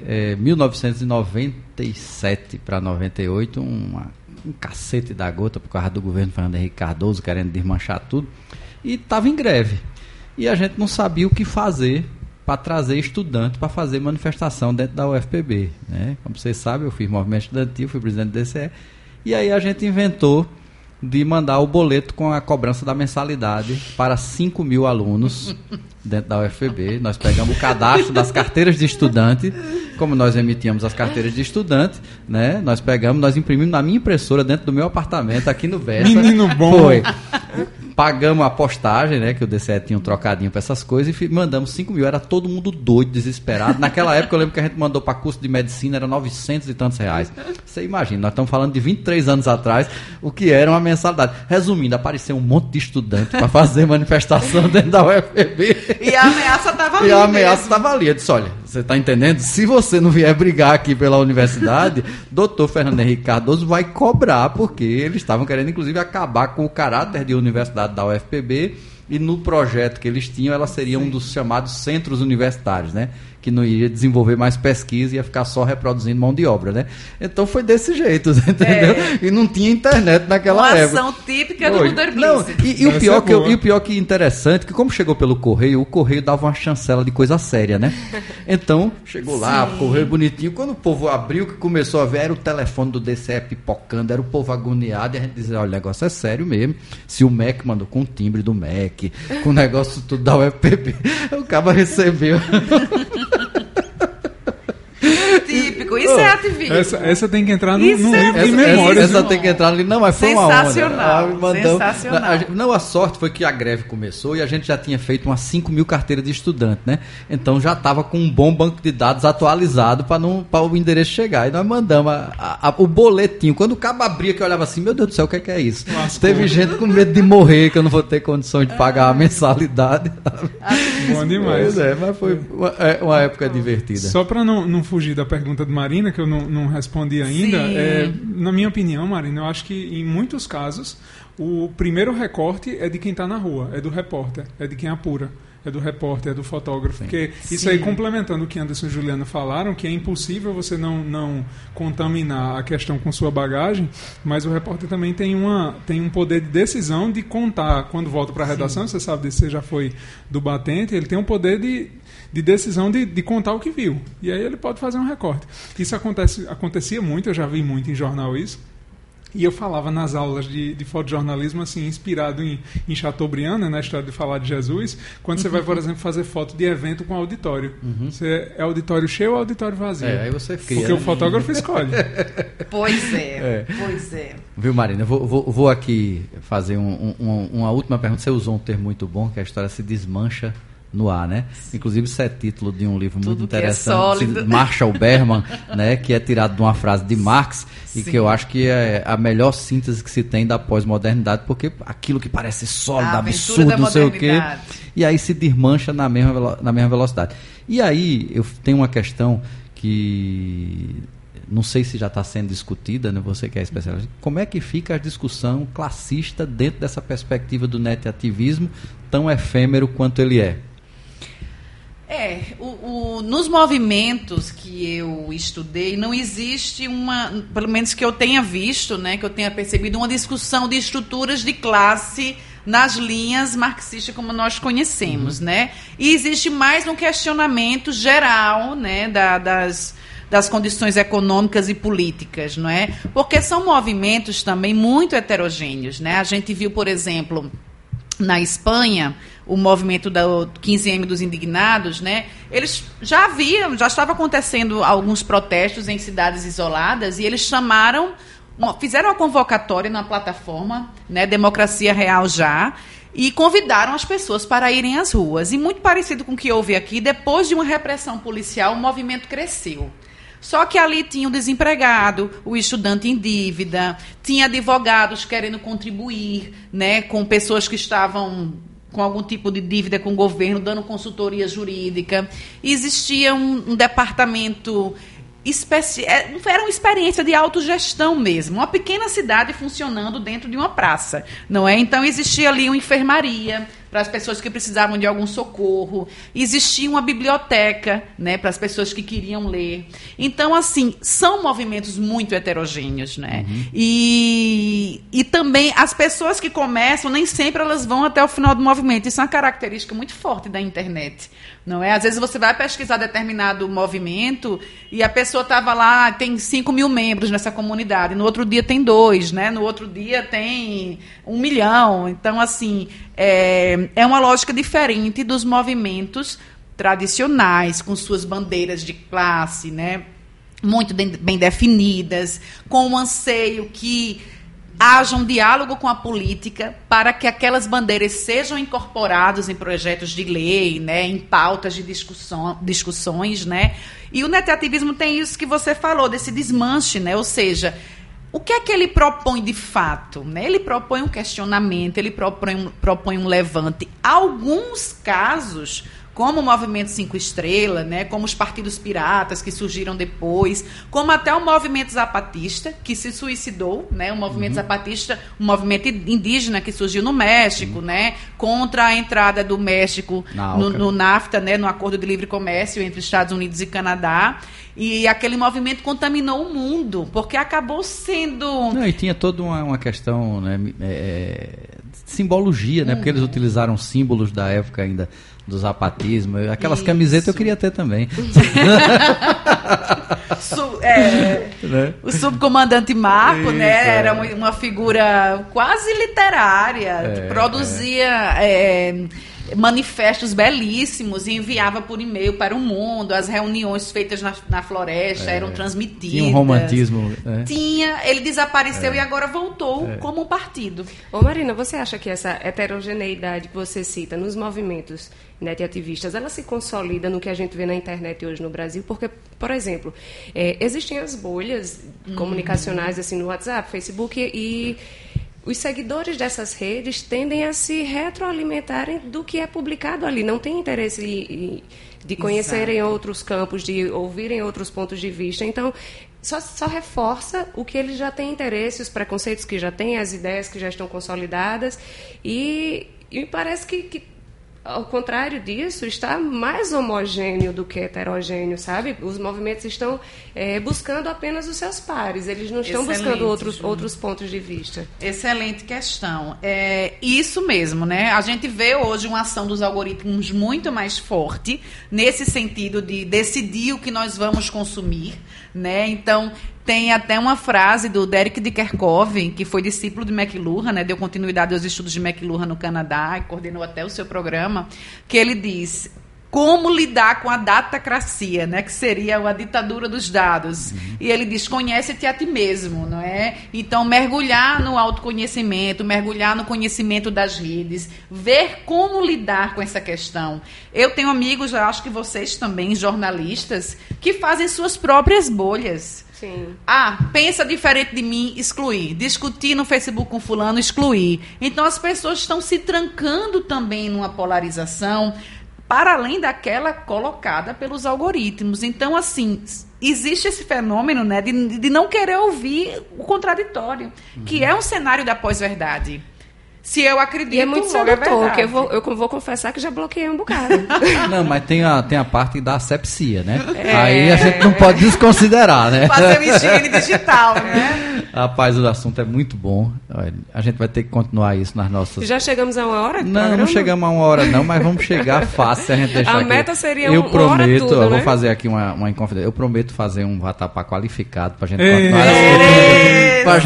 1997 para 98, um cacete da gota por causa do governo Fernando Henrique Cardoso querendo desmanchar tudo. E estava em greve. E a gente não sabia o que fazer para trazer estudante para fazer manifestação dentro da UFPB. Né? Como vocês sabem, eu fiz movimento estudantil, fui presidente do DCE. E aí a gente inventou de mandar o boleto com a cobrança da mensalidade para 5 mil alunos dentro da UFPB. Nós pegamos o cadastro das carteiras de estudante, como nós emitíamos as carteiras de estudante, né? Nós imprimimos na minha impressora dentro do meu apartamento, aqui no Bessa. Menino bom! Foi. Pagamos a postagem, né? Que o DCE tinha um trocadinho para essas coisas, e mandamos 5 mil. Era todo mundo doido, desesperado. Naquela época eu lembro que a gente mandou para curso de medicina, era 900 e tantos reais. Você imagina, nós estamos falando de 23 anos atrás, o que era uma mensalidade. Resumindo, apareceu um monte de estudante para fazer manifestação dentro da UFPB. E a ameaça estava ali. E a ameaça estava ali. Eu disse: olha, você está entendendo? Se você não vier brigar aqui pela universidade, doutor Fernando Henrique Cardoso vai cobrar, porque eles estavam querendo, inclusive, acabar com o caráter de universidade da UFPB, e no projeto que eles tinham, ela seria um dos chamados centros universitários, né? Que não ia desenvolver mais pesquisa, ia ficar só reproduzindo mão de obra, né? Então foi desse jeito, entendeu? E não tinha internet naquela época. Uma ação típica do Luder Blissett. E o pior que interessante, que como chegou pelo correio, o correio dava uma chancela de coisa séria, né? Então, chegou lá, o correio bonitinho, quando o povo abriu, que começou a ver, era o telefone do DCE pipocando, era o povo agoniado, e a gente dizia: olha, o negócio é sério mesmo. Se o MEC mandou com o timbre do MEC, com o negócio tudo da UFPB, o cara recebeu. Típico, isso é vivo. Essa tem que entrar no Isso livro é de memórias. Essa tem que entrar ali. Não, mas foi uma onda. Sensacional, sensacional. Não, a sorte foi que a greve começou e a gente já tinha feito umas 5.000 carteiras de estudante, né? Então já estava com um bom banco de dados atualizado para o endereço chegar. E nós mandamos o boletim. Quando o cabo abria, que eu olhava assim, meu Deus do céu, o que é isso? Nossa, teve gente com medo de morrer, que eu não vou ter condições de pagar a mensalidade. Bom demais. Pois é, mas foi uma época divertida. Só para não fugir da pergunta de Marina, que eu não respondi ainda, na minha opinião, Marina, eu acho que em muitos casos o primeiro recorte é de quem está na rua, é do repórter, é de quem apura. É do repórter, é do fotógrafo. Porque isso aí, complementando o que Anderson e Juliana falaram, que é impossível você não contaminar a questão com sua bagagem, mas o repórter também tem um poder de decisão de contar, quando volta para a redação, você sabe disso, você já foi do batente, ele tem um poder de decisão de contar o que viu. E aí ele pode fazer um recorte. Isso acontecia muito, eu já vi muito em jornal isso. E eu falava nas aulas de fotojornalismo, assim, inspirado em Chateaubriand, né, na história de falar de Jesus, quando você vai, por exemplo, fazer foto de evento com auditório. Você é auditório cheio ou auditório vazio? Aí você cria. Porque o fotógrafo escolhe. Pois é. Viu, Marina? Eu vou aqui fazer uma última pergunta. Você usou um termo muito bom, que a história se desmancha no ar, né? Inclusive isso é título de um livro muito interessante, Marshall Berman, né, que é tirado de uma frase de Marx e que eu acho que é a melhor síntese que se tem da pós-modernidade, porque aquilo que parece sólido, absurdo, não sei o quê, e aí se desmancha na mesma velocidade. E aí eu tenho uma questão que não sei se já está sendo discutida, né? Você que é especialista, como é que fica a discussão classista dentro dessa perspectiva do netativismo tão efêmero quanto ele é? Nos movimentos que eu estudei, não existe pelo menos que eu tenha visto, né, que eu tenha percebido, uma discussão de estruturas de classe nas linhas marxistas como nós conhecemos, né? E existe mais um questionamento geral, né, das condições econômicas e políticas, não é? Porque são movimentos também muito heterogêneos, né? A gente viu, por exemplo, na Espanha, o movimento do 15M dos indignados, né? Eles já estava acontecendo alguns protestos em cidades isoladas e eles fizeram uma convocatória na plataforma, né, Democracia Real Já, e convidaram as pessoas para irem às ruas. E muito parecido com o que houve aqui, depois de uma repressão policial, o movimento cresceu. Só que ali tinha o desempregado, o estudante em dívida, tinha advogados querendo contribuir, né, com pessoas que estavam com algum tipo de dívida com o governo, dando consultoria jurídica. Existia um departamento era uma experiência de autogestão mesmo, uma pequena cidade funcionando dentro de uma praça, não é? Então existia ali uma enfermaria para as pessoas que precisavam de algum socorro, existia uma biblioteca, né, para as pessoas que queriam ler. Então, assim, são movimentos muito heterogêneos, né? E também as pessoas que começam, nem sempre elas vão até o final do movimento. Isso é uma característica muito forte da internet, não é? Às vezes você vai pesquisar determinado movimento e a pessoa estava lá, tem 5.000 membros nessa comunidade, no outro dia tem 2, né? No outro dia tem 1 milhão. Então, assim, é uma lógica diferente dos movimentos tradicionais, com suas bandeiras de classe, né? Muito bem definidas, com um anseio que haja um diálogo com a política para que aquelas bandeiras sejam incorporadas em projetos de lei, né, em pautas de discussões, né? E o netativismo tem isso que você falou, desse desmanche, né? Ou seja, o que é que ele propõe de fato? Né? Ele propõe um questionamento, ele propõe um levante. Alguns casos, como o Movimento 5 Estrelas, né, como os partidos piratas que surgiram depois, como até o Movimento Zapatista, que se suicidou, né, o Movimento Zapatista, um movimento indígena que surgiu no México, né, contra a entrada do México no NAFTA, né, no Acordo de Livre Comércio entre Estados Unidos e Canadá. E aquele movimento contaminou o mundo, porque acabou sendo... Não, e tinha toda uma questão, né, de simbologia, né, porque eles utilizaram símbolos da época ainda do zapatismo. Aquelas camisetas eu queria ter também. Né? O subcomandante Marco, né, era uma figura quase literária, que produzia manifestos belíssimos e enviava por e-mail para o mundo. As reuniões feitas na floresta eram transmitidas. Tinha um romantismo. Ele desapareceu e agora voltou como um partido. Ô Marina, você acha que essa heterogeneidade que você cita nos movimentos netativistas, ela se consolida no que a gente vê na internet hoje no Brasil? Porque, por exemplo, existem as bolhas comunicacionais assim, no WhatsApp, Facebook, e os seguidores dessas redes tendem a se retroalimentarem do que é publicado ali. Não tem interesse de conhecerem outros campos, de ouvirem outros pontos de vista. Então, só reforça o que eles já têm interesse, os preconceitos que já têm, as ideias que já estão consolidadas. E me parece que ao contrário disso, está mais homogêneo do que heterogêneo, sabe? Os movimentos estão buscando apenas os seus pares, eles não estão buscando outros pontos de vista. Excelente questão. Isso mesmo, né? A gente vê hoje uma ação dos algoritmos muito mais forte, nesse sentido de decidir o que nós vamos consumir, né? Então, tem até uma frase do Derek de Kerkhove, que foi discípulo de McLuhan, né, deu continuidade aos estudos de McLuhan no Canadá e coordenou até o seu programa, que ele diz: como lidar com a datacracia, né, que seria a ditadura dos dados. E ele diz: conhece-te a ti mesmo, não é? Então, mergulhar no autoconhecimento, mergulhar no conhecimento das redes, ver como lidar com essa questão. Eu tenho amigos, eu acho que vocês também, jornalistas, que fazem suas próprias bolhas. Sim. Pensa diferente de mim, excluir. Discutir no Facebook com fulano, excluir. Então, as pessoas estão se trancando também numa polarização, para além daquela colocada pelos algoritmos. Então, assim, existe esse fenômeno, né, de não querer ouvir o contraditório, que é um cenário da pós-verdade. Se eu acredito, e é muito sedutor, que eu vou confessar que já bloqueei um bocado. Não, mas tem a parte da asepsia, né? Aí a gente não pode desconsiderar, né? Fazer uma higiene digital, né? Rapaz, o assunto é muito bom. A gente vai ter que continuar isso nas nossas... Já chegamos a 1 hora? Não chegamos a 1 hora não, mas vamos chegar fácil se a gente deixar a aqui. meta seria eu 1 prometo, hora tudo, eu né? vou fazer aqui uma inconfidência. Eu prometo fazer um vatapá qualificado pra gente continuar discutindo. Pra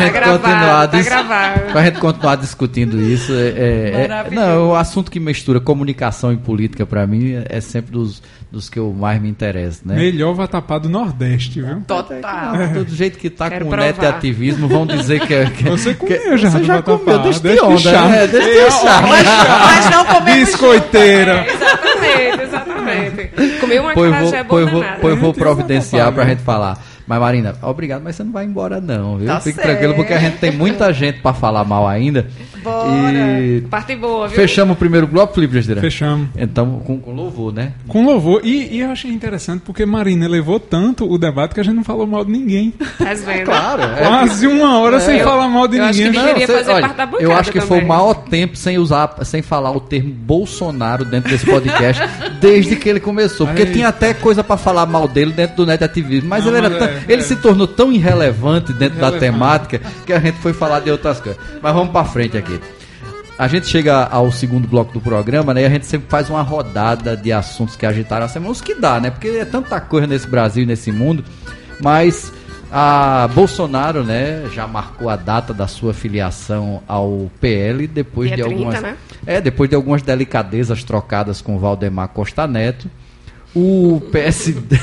gente continuar discutindo isso. Não, o assunto que mistura comunicação e política, para mim, é sempre dos que eu mais me interesso, né? Melhor vatapá do Nordeste, viu? Total. Do jeito que tá Quero com o provar. netativismo, vão dizer que Você comeu já, você já vatapá. comeu, deixa de Deixa de onda, charme. né? Deixa de charme. Mas não comemos Biscoiteira. Exatamente. Comi uma Pois acarajé boa danada. eu vou providenciar vatapá, pra né? gente falar. Mas, Marina, obrigado, mas você não vai embora não, viu? Tá Fique certo. tranquilo, porque a gente tem muita gente pra falar mal ainda. Bora. E Parte boa, viu? fechamos o primeiro bloco, Felipe Gesteira? Fechamos. Então, com louvor, né? Com louvor. E eu achei interessante porque Marina levou tanto o debate que a gente não falou mal de ninguém. Tá vendo? Claro. Quase 1 hora sem falar mal de eu acho ninguém. que deveria fazer parte da bancada eu acho que foi também. o maior tempo sem falar o termo Bolsonaro dentro desse podcast, desde que ele começou. Porque Aí. tinha até coisa pra falar mal dele dentro do netativismo. Mas Não, ele, mas ele se tornou tão irrelevante dentro da Irrelevante. temática que a gente foi falar de outras coisas. Mas vamos pra frente aqui. A gente chega ao segundo bloco do programa, né? E a gente sempre faz uma rodada de assuntos que agitaram a semana. Os que dá, né? Porque é tanta coisa nesse Brasil e nesse mundo. Mas a Bolsonaro, né? Já marcou a data da sua filiação ao PL depois Dia de 30, algumas... né? depois de algumas delicadezas trocadas com Valdemar Costa Neto. O PSD...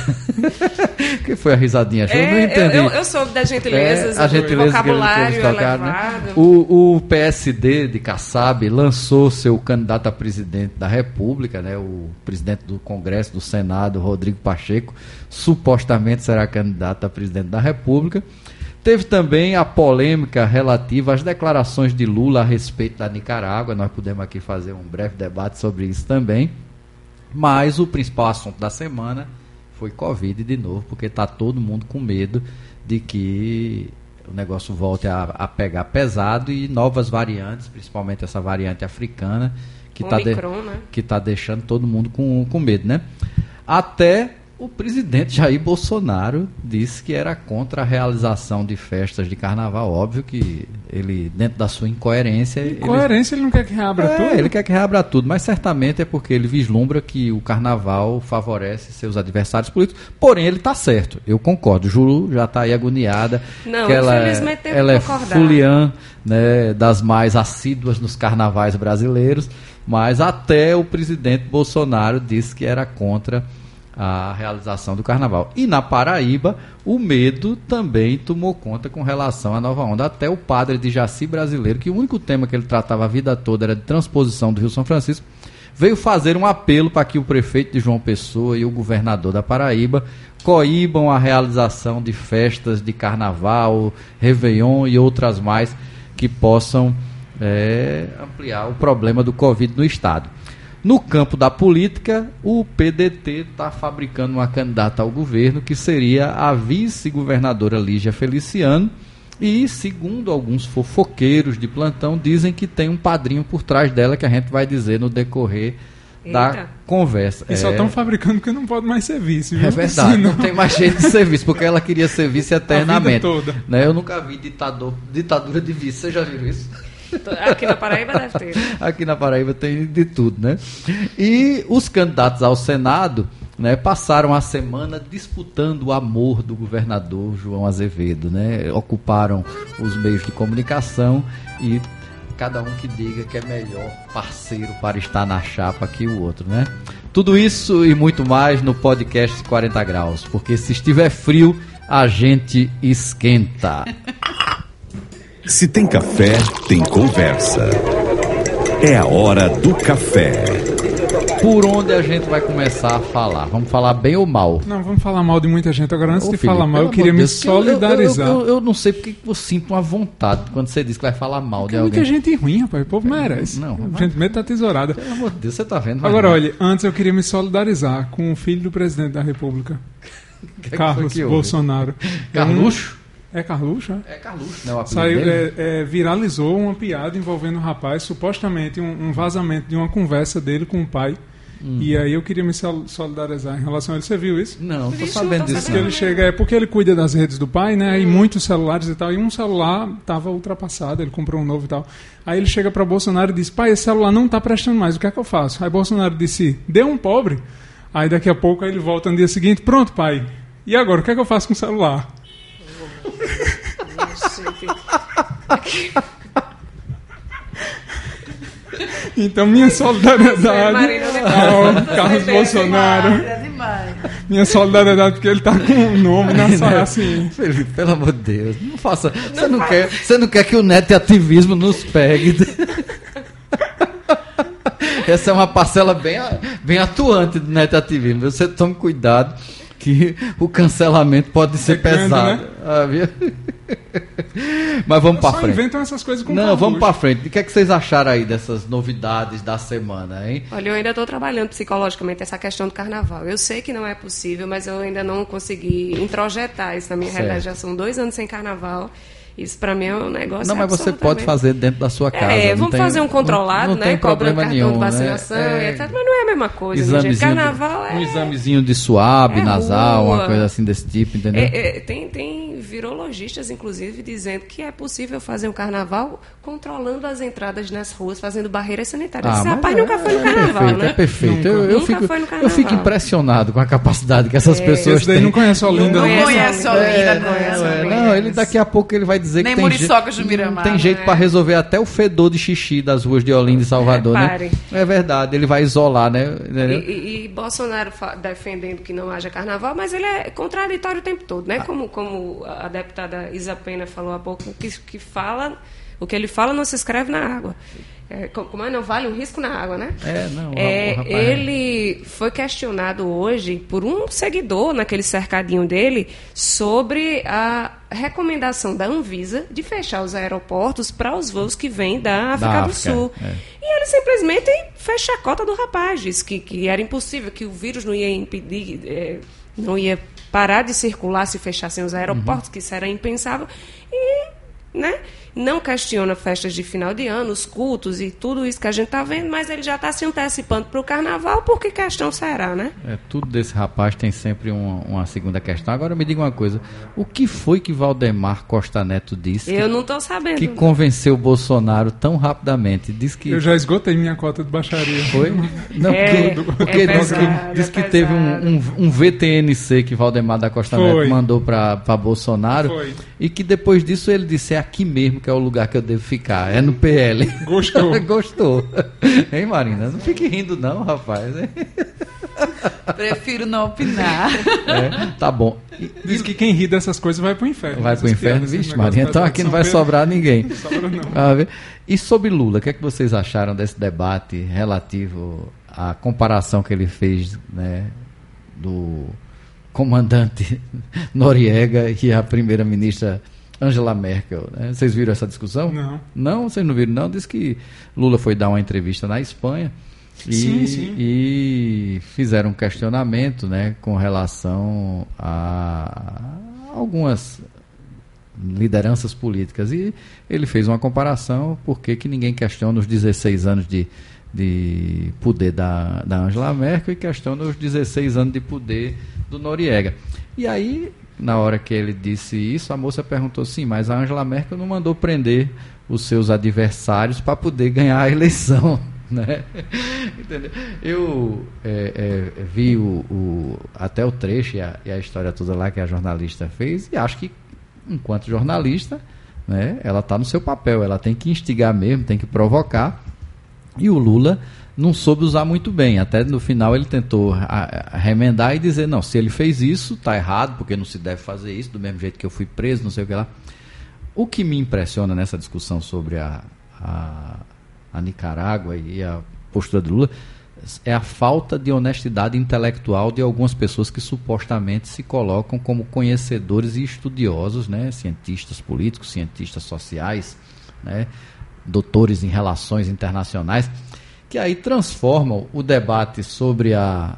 que foi a risadinha? Eu não entendi. Eu soube das gentilezas, a do gentileza vocabulário que eles tocaram, né? elevado. O PSD de Kassab lançou seu candidato a presidente da República, né? O presidente do Congresso, do Senado, Rodrigo Pacheco, supostamente será candidato a presidente da República. Teve também a polêmica relativa às declarações de Lula a respeito da Nicarágua. Nós podemos aqui fazer um breve debate sobre isso também. Mas o principal assunto da semana foi Covid de novo, porque está todo mundo com medo de que o negócio volte a pegar pesado e novas variantes, principalmente essa variante africana, que está deixando todo mundo com medo, né? Até o presidente Jair Bolsonaro disse que era contra a realização de festas de carnaval. Óbvio que ele, dentro da sua incoerência... Ele não quer que reabra tudo? Ele quer que reabra tudo, mas certamente é porque ele vislumbra que o carnaval favorece seus adversários políticos. Porém, ele está certo, eu concordo. Ju já está aí agoniada. Não, que infelizmente teve ela que concordar. Fuliã, né, das mais assíduas nos carnavais brasileiros. Mas até o presidente Bolsonaro disse que era contra a realização do carnaval. E na Paraíba, o medo também tomou conta com relação à nova onda. Até o padre de Jaci Brasileiro, que o único tema que ele tratava a vida toda era de transposição do Rio São Francisco, veio fazer um apelo para que o prefeito de João Pessoa e o governador da Paraíba coíbam a realização de festas de carnaval, Réveillon e outras mais que possam ampliar o problema do Covid no estado. No campo da política, o PDT está fabricando uma candidata ao governo que seria a vice-governadora Lígia Feliciano e, segundo alguns fofoqueiros de plantão, dizem que tem um padrinho por trás dela que a gente vai dizer no decorrer da conversa. E só estão fabricando porque não pode mais ser vice, viu? É verdade, não tem mais jeito de ser vice, porque ela queria ser vice eternamente. A vida toda. Né? Eu nunca vi ditadura de vice, você já viu isso? Aqui na Paraíba deve ter. Aqui na Paraíba tem de tudo, né? E os candidatos ao Senado, né, passaram a semana disputando o amor do governador João Azevedo, né? Ocuparam os meios de comunicação e cada um que diga que é melhor parceiro para estar na chapa que o outro, né? Tudo isso e muito mais no podcast 40 Graus, porque se estiver frio, a gente esquenta. Se tem café, tem conversa. É a hora do café. Por onde a gente vai começar a falar? Vamos falar bem ou mal? Não, vamos falar mal de muita gente. Agora, antes de Felipe, falar mal, eu queria me solidarizar. Eu não sei porque eu sinto uma vontade quando você diz que vai falar mal de alguém. Muita gente ruim, rapaz. O povo merece. Não, gente meio tá tesourada. Pelo amor de Deus, você tá vendo? Agora, olha, antes eu queria me solidarizar com o filho do presidente da República, Carlos Bolsonaro. Carluxo? É Carluxo, é? É Carluxo, né? O apelido Saiu, dele? viralizou uma piada envolvendo um rapaz, supostamente um vazamento de uma conversa dele com o pai. E aí eu queria me solidarizar em relação a ele. Você viu isso? Não, tô sabendo disso. Que ele chega, porque ele cuida das redes do pai, né? E muitos celulares e tal. E um celular estava ultrapassado, ele comprou um novo e tal. Aí ele chega para Bolsonaro e diz: pai, esse celular não está prestando mais, o que é que eu faço? Aí Bolsonaro disse: dê um pobre. Aí daqui a pouco ele volta no dia seguinte: pronto, pai. E agora, o que é que eu faço com o celular? Então, minha solidariedade ao Carlos Bolsonaro. Minha solidariedade, porque ele tá com um nome na sala assim. Felipe, pelo amor de Deus, não faça. Você não quer que o netativismo nos pegue. Essa é uma parcela bem atuante do netativismo. Você tome cuidado que o cancelamento pode ser pesado. Né? Mas vamos para frente. Inventam essas coisas com Não, vamos para frente. O que é que vocês acharam aí dessas novidades da semana, hein? Olha, eu ainda estou trabalhando psicologicamente essa questão do carnaval. Eu sei que não é possível, mas eu ainda não consegui introjetar isso na minha realidade. Já são 2 anos sem carnaval. Isso para mim é um negócio. Não, mas você pode fazer dentro da sua casa. Vamos fazer um controlado, não né? tem problema nenhum, de vacinação, né? etc. Mas não é a mesma coisa, gente. Carnaval um examezinho de suave, nasal, rua. Uma coisa assim desse tipo, entendeu? Tem virologistas, inclusive, dizendo que é possível fazer um carnaval controlando as entradas nas ruas, fazendo barreiras sanitárias. Esse rapaz nunca foi no carnaval, perfeito, né? É perfeito. Eu fico impressionado com a capacidade que essas pessoas têm. Não conhece a Olinda. Não conhece a Olinda. Não, ele daqui a pouco ele vai dizer nem que tem jeito para resolver até o fedor de xixi das ruas de Olinda e Salvador, né? É verdade, ele vai isolar, né? E Bolsonaro defendendo que não haja carnaval, mas ele é contraditório o tempo todo, né? Como a deputada Isa Pena falou há pouco, o que ele fala não se escreve na água. Como não vale um risco na água, né? Ele foi questionado hoje por um seguidor naquele cercadinho dele sobre a recomendação da Anvisa de fechar os aeroportos para os voos que vêm da África do Sul. E ele simplesmente fecha a cota do rapaz, disse que era impossível, que o vírus não ia impedir, não ia parar de circular se fechassem os aeroportos, que isso era impensável. E, né? Não questiona festas de final de ano, os cultos e tudo isso que a gente está vendo, mas ele já está se antecipando para o carnaval, por que questão será, né? Tudo desse rapaz tem sempre uma segunda questão. Agora me diga uma coisa, o que foi que Valdemar Costa Neto disse? Eu não estou sabendo. Que convenceu o Bolsonaro tão rapidamente? Diz que... Eu já esgotei minha cota de baixaria. Foi? Não, porque disse que teve um VTNC que Valdemar da Costa Neto mandou para Bolsonaro. Foi. E que depois disso ele disse, é aqui mesmo mesmo que é o lugar que eu devo ficar. É no PL. Gostou. Gostou. Hein, Marina? Não fique rindo não, rapaz. Prefiro não opinar. Tá bom. Diz que quem ri dessas coisas vai pro inferno. Vai pro inferno, vixe, Maria. Então aqui não vai sobrar ninguém. Não sobra não. E sobre Lula, o que é que vocês acharam desse debate relativo à comparação que ele fez, né, do comandante Noriega e a primeira-ministra Angela Merkel, né? Vocês viram essa discussão? Não. Não? Vocês não viram, não? Diz que Lula foi dar uma entrevista na Espanha e fizeram um questionamento, né, com relação a algumas lideranças políticas. E ele fez uma comparação, porque que ninguém questiona os 16 anos de poder da Angela Merkel e questiona os 16 anos de poder do Noriega. E aí, na hora que ele disse isso, a moça perguntou assim, mas a Angela Merkel não mandou prender os seus adversários para poder ganhar a eleição, né? Entendeu? Eu vi até o trecho e a história toda lá que a jornalista fez, e acho que, enquanto jornalista, né, ela está no seu papel, ela tem que instigar mesmo, tem que provocar, e o Lula não soube usar muito bem. Até no final ele tentou remendar e dizer, não, se ele fez isso, está errado, porque não se deve fazer isso, do mesmo jeito que eu fui preso, não sei o que lá. O que me impressiona nessa discussão sobre a Nicarágua e a postura do Lula é a falta de honestidade intelectual de algumas pessoas que supostamente se colocam como conhecedores e estudiosos, né, cientistas políticos, cientistas sociais, né, doutores em relações internacionais, que aí transformam o debate sobre a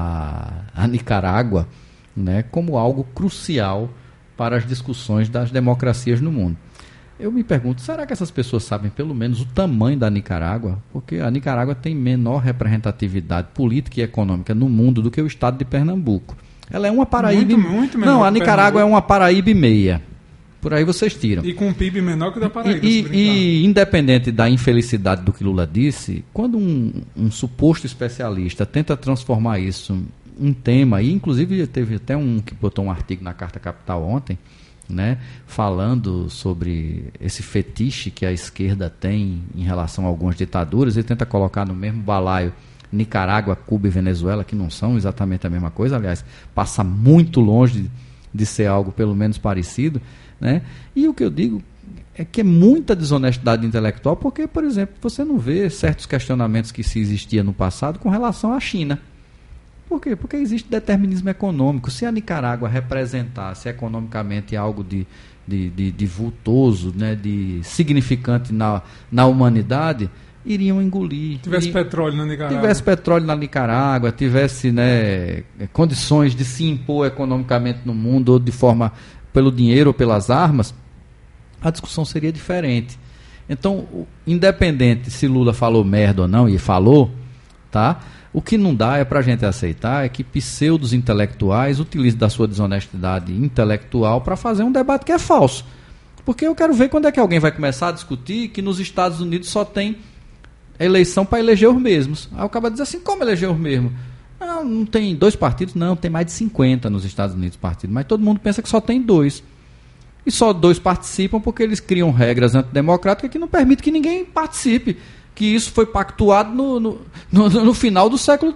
Nicarágua, né, como algo crucial para as discussões das democracias no mundo. Eu me pergunto, será que essas pessoas sabem pelo menos o tamanho da Nicarágua? Porque a Nicarágua tem menor representatividade política e econômica no mundo do que o estado de Pernambuco. Ela é uma Paraíba... Muito menor. Não, a Nicarágua é uma Paraíba e meia. Por aí vocês tiram. E com um PIB menor que o da Paraíba. E independente da infelicidade do que Lula disse, quando um suposto especialista tenta transformar isso em tema, e inclusive teve até um que botou um artigo na Carta Capital ontem, né, falando sobre esse fetiche que a esquerda tem em relação a algumas ditaduras, e tenta colocar no mesmo balaio Nicarágua, Cuba e Venezuela, que não são exatamente a mesma coisa, aliás, passa muito longe de ser algo pelo menos parecido, né? E o que eu digo é que é muita desonestidade intelectual, porque, por exemplo, você não vê certos questionamentos que se existia no passado com relação à China. Por quê? Porque existe determinismo econômico. Se a Nicarágua representasse economicamente algo de vultoso, né, de significante na humanidade, iriam engolir. Tivesse petróleo na Nicarágua. Tivesse, né, condições de se impor economicamente no mundo, ou de forma pelo dinheiro ou pelas armas, a discussão seria diferente. Então, independente se Lula falou merda ou não, e falou, tá? O que não dá é para a gente aceitar é que pseudos intelectuais utilizem da sua desonestidade intelectual para fazer um debate que é falso. Porque eu quero ver quando é que alguém vai começar a discutir que nos Estados Unidos só tem eleição para eleger os mesmos. Aí o cara diz assim, como eleger os mesmos? Não tem 2 partidos? Não, tem mais de 50 nos Estados Unidos partidos, mas todo mundo pensa que só tem 2. E só 2 participam porque eles criam regras antidemocráticas que não permitem que ninguém participe. Que isso foi pactuado no final do século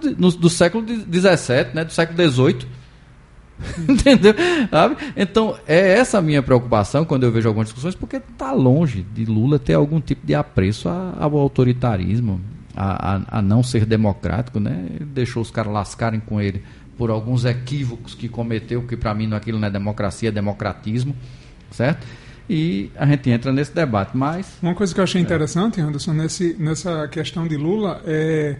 XVII, né, do século XVIII. Entendeu? Sabe? Então, é essa a minha preocupação quando eu vejo algumas discussões, porque está longe de Lula ter algum tipo de apreço ao autoritarismo, a não ser democrático, né? Ele deixou os caras lascarem com ele por alguns equívocos que cometeu, que para mim aquilo não é democracia, é democratismo, certo? E a gente entra nesse debate, mas... Uma coisa que eu achei interessante, Anderson, nessa questão de Lula é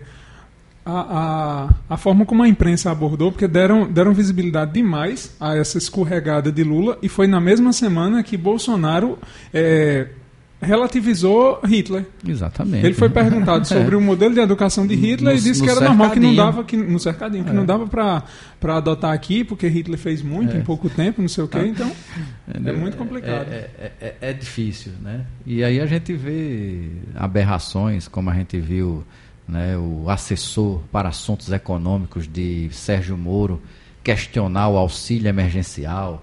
a forma como a imprensa abordou, porque deram visibilidade demais a essa escorregada de Lula, e foi na mesma semana que Bolsonaro relativizou Hitler. Exatamente. Ele foi perguntado sobre o modelo de educação de Hitler e disse que era normal, que não dava, no cercadinho, que não dava para adotar aqui, porque Hitler fez muito em pouco tempo, não sei o quê, então é muito complicado. É difícil, né? E aí a gente vê aberrações, como a gente viu, né, o assessor para assuntos econômicos de Sérgio Moro questionar o auxílio emergencial,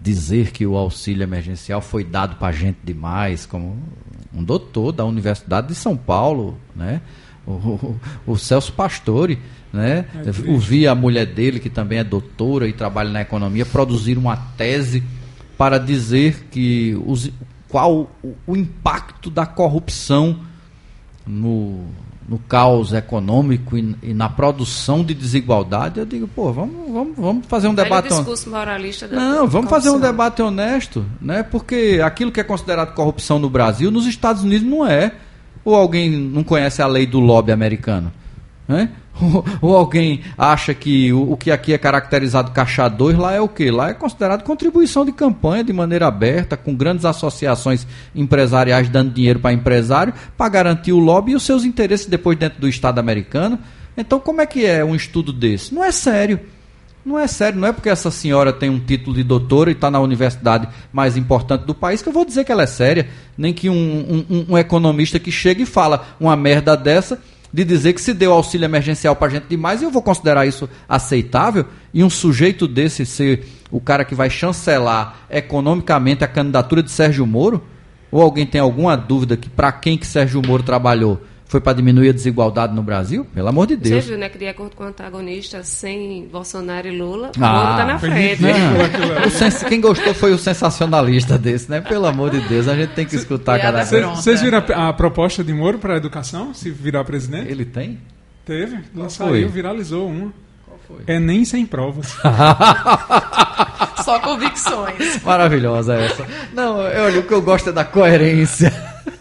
dizer que o auxílio emergencial foi dado para gente demais, como um doutor da Universidade de São Paulo, né? O Celso Pastore, né? Ouvi a mulher dele, que também é doutora e trabalha na economia, produzir uma tese para dizer que qual o impacto da corrupção no caos econômico e na produção de desigualdade. Eu digo, vamos fazer um debate honesto. Discurso moralista da Não, vamos corrupção. fazer um debate honesto, né? Porque aquilo que é considerado corrupção no Brasil, nos Estados Unidos não é. Ou alguém não conhece a lei do lobby americano, né? Ou alguém acha que o que aqui é caracterizado caixa 2, lá é o quê? Lá é considerado contribuição de campanha de maneira aberta, com grandes associações empresariais dando dinheiro para empresário, para garantir o lobby e os seus interesses depois dentro do Estado americano. Então, como é que é um estudo desse? Não é sério. Não é sério, não é porque essa senhora tem um título de doutora e está na universidade mais importante do país que eu vou dizer que ela é séria. Nem que um economista que chega e fala uma merda dessa, de dizer que se deu auxílio emergencial para gente demais, e eu vou considerar isso aceitável, e um sujeito desse ser o cara que vai chancelar economicamente a candidatura de Sérgio Moro? Ou alguém tem alguma dúvida que para quem que Sérgio Moro trabalhou? Foi para diminuir a desigualdade no Brasil? Pelo amor de Deus. Você viu, né, que de acordo com o antagonista, sem Bolsonaro e Lula, o Moro está na frente. Quem gostou foi o sensacionalista desse, né? Pelo amor de Deus, a gente tem que escutar cada vez. Vocês viram a proposta de Moro para a educação, se virar presidente? Ele tem? Teve, lá saiu, viralizou uma. Qual foi? Enem sem provas. Só convicções. Maravilhosa essa. Não, olha, o que eu gosto é da coerência.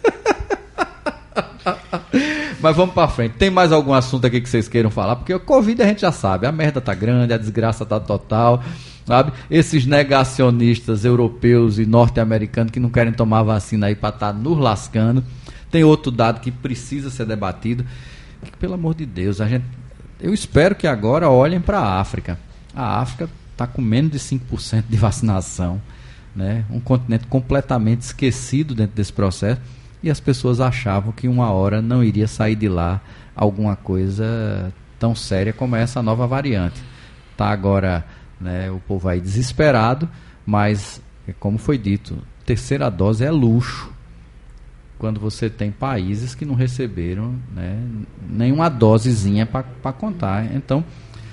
Mas vamos pra frente. Tem mais algum assunto aqui que vocês queiram falar? Porque o Covid a gente já sabe, a merda tá grande, a desgraça tá total, sabe? Esses negacionistas europeus e norte-americanos que não querem tomar vacina aí pra estar nos lascando. Tem outro dado que precisa ser debatido, que, pelo amor de Deus, eu espero que agora olhem para a África. A África está com menos de 5% de vacinação, né? Um continente completamente esquecido dentro desse processo. E as pessoas achavam que uma hora não iria sair de lá alguma coisa tão séria como essa nova variante. Está agora, né, o povo aí desesperado, mas, como foi dito, terceira dose é luxo. Quando você tem países que não receberam, né, nenhuma dosezinha para contar. Então,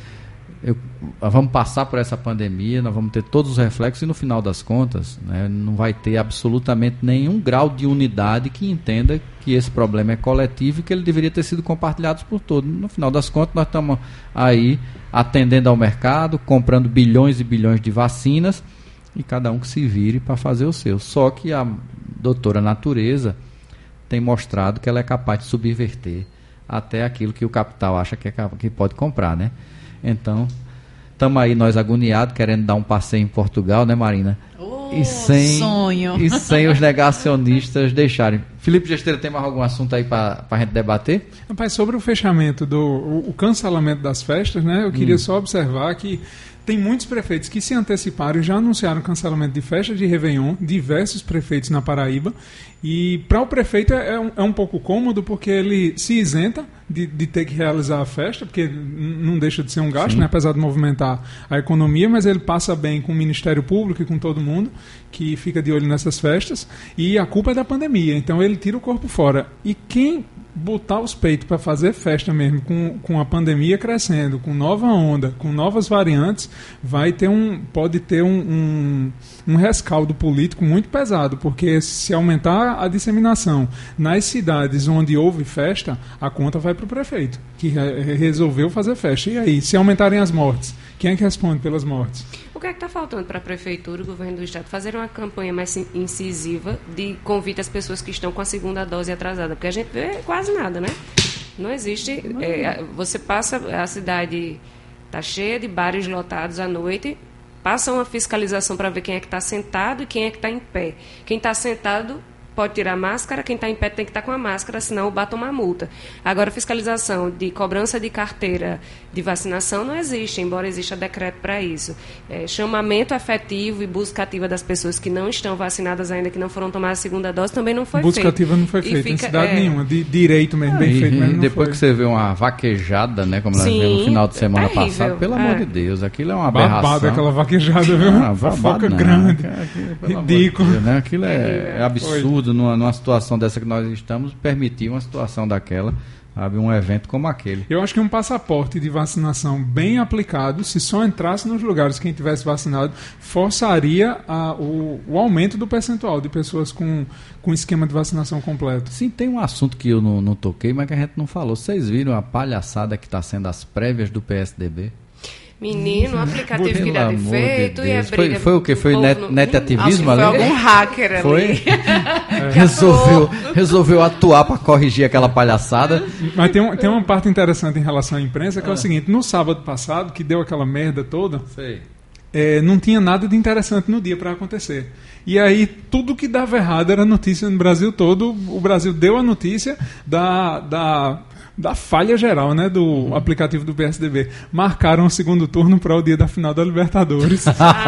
vamos passar por essa pandemia, nós vamos ter todos os reflexos e no final das contas, né, não vai ter absolutamente nenhum grau de unidade que entenda que esse problema é coletivo e que ele deveria ter sido compartilhado por todos. No final das contas, nós estamos aí atendendo ao mercado, comprando bilhões e bilhões de vacinas e cada um que se vire para fazer o seu. Só que a doutora natureza tem mostrado que ela é capaz de subverter até aquilo que o capital acha que pode comprar, né? Então, estamos aí nós agoniados, querendo dar um passeio em Portugal, né, Marina? Sonho. E sem os negacionistas deixarem. Felipe Gesteira, tem mais algum assunto aí para a gente debater? Rapaz, sobre o fechamento, o cancelamento das festas, né? Eu queria só observar que tem muitos prefeitos que se anteciparam e já anunciaram cancelamento de festas de Réveillon, diversos prefeitos na Paraíba. E para o prefeito é um pouco cômodo, porque ele se isenta de ter que realizar a festa, porque não deixa de ser um gasto, né, apesar de movimentar a economia, mas ele passa bem com o Ministério Público e com todo mundo que fica de olho nessas festas. E a culpa é da pandemia, então ele tira o corpo fora. E quem botar os peitos para fazer festa mesmo, com a pandemia crescendo, com nova onda, com novas variantes, pode ter um rescaldo político muito pesado, porque se aumentar a disseminação nas cidades onde houve festa, a conta vai para o prefeito, que resolveu fazer festa. E aí, se aumentarem as mortes, quem é que responde pelas mortes? O que é que está faltando para a Prefeitura e o Governo do Estado fazer uma campanha mais incisiva de convite às pessoas que estão com a segunda dose atrasada? Porque a gente vê quase nada, né? Não existe. Você passa, a cidade está cheia de bares lotados à noite, passa uma fiscalização para ver quem é que está sentado e quem é que está em pé. Quem está sentado pode tirar a máscara, quem está em pé tem que estar com a máscara, senão o bar toma multa. Agora, fiscalização de cobrança de carteira de vacinação não existe, embora exista decreto para isso. Chamamento efetivo e busca ativa das pessoas que não estão vacinadas ainda, que não foram tomar a segunda dose, também não foi feito. Busca ativa não foi feita em cidade nenhuma, de direito mesmo, bem feito mesmo. Depois que você vê uma vaquejada, né, como nós vimos no final de semana passado, pelo amor de Deus, aquilo é uma aberração. Babado aquela vaquejada, viu? Fofoca grande, ridículo. Deus, né? Aquilo é absurdo numa situação dessa que nós estamos, permitir uma situação daquela, sabe, um evento como aquele. Eu acho que um passaporte de vacinação bem aplicado, se só entrasse nos lugares quem tivesse vacinado, forçaria o aumento do percentual de pessoas com esquema de vacinação completo. Sim, tem um assunto que eu não toquei, mas que a gente não falou. Vocês viram a palhaçada que está sendo as prévias do PSDB? Menino, um aplicativo que dá defeito e a briga. Foi o quê? Foi netativismo ali? Foi algum hacker ali. Foi? Resolveu atuar para corrigir aquela palhaçada. Mas tem uma parte interessante em relação à imprensa, que é o seguinte: no sábado passado, que deu aquela merda toda, não tinha nada de interessante no dia para acontecer. E aí, tudo que dava errado era notícia no Brasil todo. O Brasil deu a notícia da falha geral, né, do aplicativo do PSDB. Marcaram o segundo turno para o dia da final da Libertadores.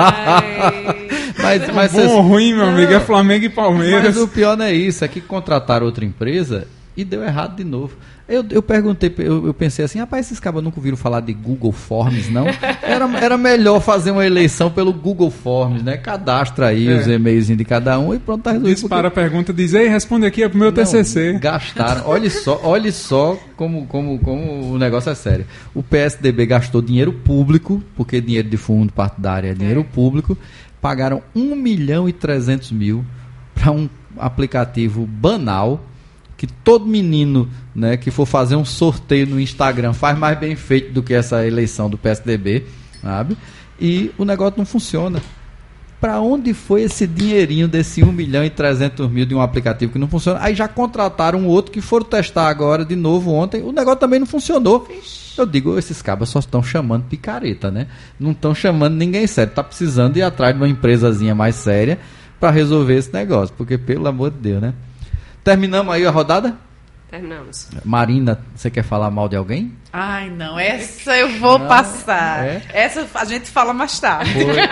mas bom ou ruim, meu amigo, é Flamengo e Palmeiras. Mas o pior não é isso, é que contrataram outra empresa e deu errado de novo. Eu perguntei, eu pensei assim, rapaz, esses cabas nunca ouviram falar de Google Forms, não? Era melhor fazer uma eleição pelo Google Forms, né? Cadastra aí os e-mails de cada um e pronto, tá resolvido. Dispara a pergunta, diz, ei, responde aqui, é pro meu TCC. Gastaram, olha só como o negócio é sério. O PSDB gastou dinheiro público, porque dinheiro de fundo partidário é dinheiro público, pagaram 1.300.000 para um aplicativo banal, que todo menino, né, que for fazer um sorteio no Instagram faz mais bem feito do que essa eleição do PSDB, sabe? E o negócio não funciona. Para onde foi esse dinheirinho desse 1.300.000 de um aplicativo que não funciona? Aí já contrataram um outro que foram testar agora de novo ontem, o negócio também não funcionou. Eu digo, esses cabas só estão chamando picareta, né? Não estão chamando ninguém sério. Tá precisando ir atrás de uma empresazinha mais séria para resolver esse negócio, porque pelo amor de Deus, né? Terminamos aí a rodada? Terminamos. Marina, você quer falar mal de alguém? Ai, não. Essa eu vou passar. Essa a gente fala mais tarde.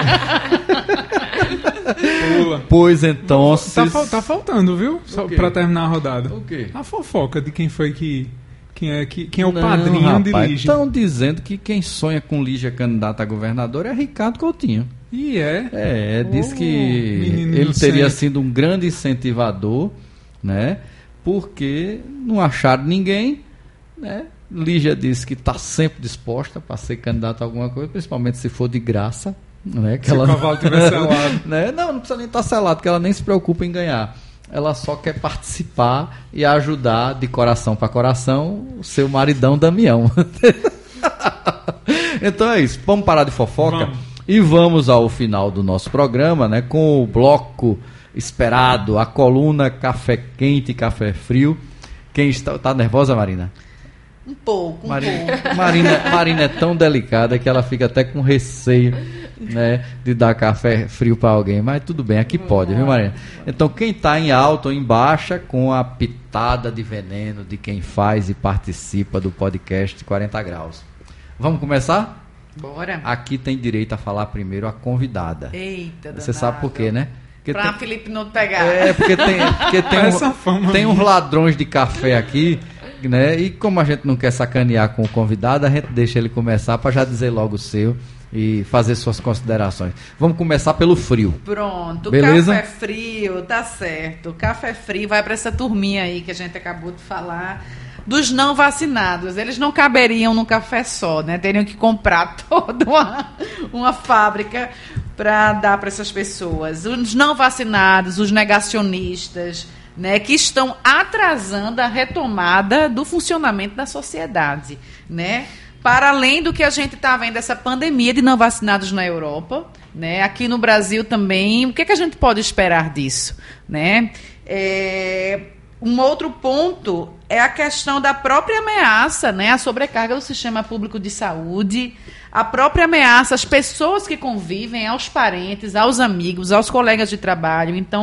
Pois então... Tá faltando, viu? Só pra terminar a rodada. O quê? A fofoca de quem foi quem é o padrinho de Lígia. Estão dizendo que quem sonha com Lígia candidata a governador é Ricardo Coutinho. E diz que ele teria sido um grande incentivador, né? Porque não acharam ninguém, né? Lígia disse que está sempre disposta para ser candidata a alguma coisa, principalmente se for de graça, né? Que se o cavalo tiver selado. Né? Não precisa nem estar selado, porque ela nem se preocupa em ganhar. Ela só quer participar e ajudar de coração para coração o seu maridão Damião. Então é isso, vamos parar de fofoca e vamos ao final do nosso programa, né? Com o bloco esperado, a coluna Café Quente e Café Frio. Quem está nervosa, Marina? Um pouco. Marina é tão delicada que ela fica até com receio, né, de dar café frio para alguém, mas tudo bem, aqui pode, viu, Marina? Então, quem está em alta ou em baixa, com a pitada de veneno de quem faz e participa do podcast 40 Graus. Vamos começar? Bora. Aqui tem direito a falar primeiro a convidada. Eita, você sabe por quê, né? Pra Felipe não pegar. Porque tem uns ladrões de café aqui, né? E como a gente não quer sacanear com o convidado, a gente deixa ele começar para já dizer logo o seu e fazer suas considerações. Vamos começar pelo frio. Pronto, beleza? Café frio, tá certo. Café frio vai para essa turminha aí que a gente acabou de falar. Dos não vacinados, eles não caberiam num café só, né? Teriam que comprar toda uma fábrica para dar para essas pessoas. Os não vacinados, os negacionistas, né, que estão atrasando a retomada do funcionamento da sociedade, né? Para além do que a gente está vendo, essa pandemia de não vacinados na Europa, né? Aqui no Brasil também, o que a gente pode esperar disso, né? Um outro ponto é a questão da própria ameaça, né? A sobrecarga do sistema público de saúde, a própria ameaça às pessoas que convivem, aos parentes, aos amigos, aos colegas de trabalho. Então,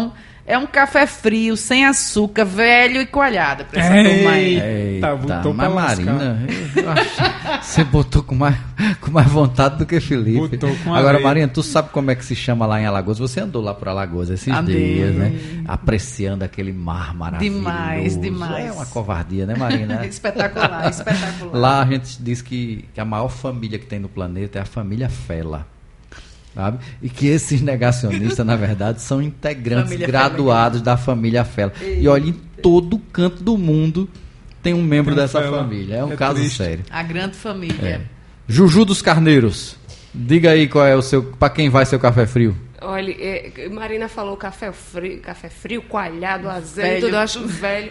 É um café frio, sem açúcar, velho e coalhada pra essa turma aí. Eita, botou mas pra lascar. Marina, eu acho que você botou com mais vontade do que Felipe. Botou com Agora, areia. Marina, tu sabe como é que se chama lá em Alagoas? Você andou lá por Alagoas esses Andei. dias, né? Apreciando aquele mar maravilhoso. Demais. É uma covardia, né, Marina? Espetacular. Lá a gente diz que a maior família que tem no planeta é a família Fela. Sabe? E que esses negacionistas, na verdade, são integrantes Família graduados da família Fela. E olha, em todo canto do mundo tem um membro Tem um dessa Fela. família. É um É caso triste. sério. A grande família. Juju dos Carneiros. Diga aí qual é o seu. Para quem vai seu café frio? Olha, Marina falou café frio, coalhado, azedo, Velho. tudo, eu acho velho.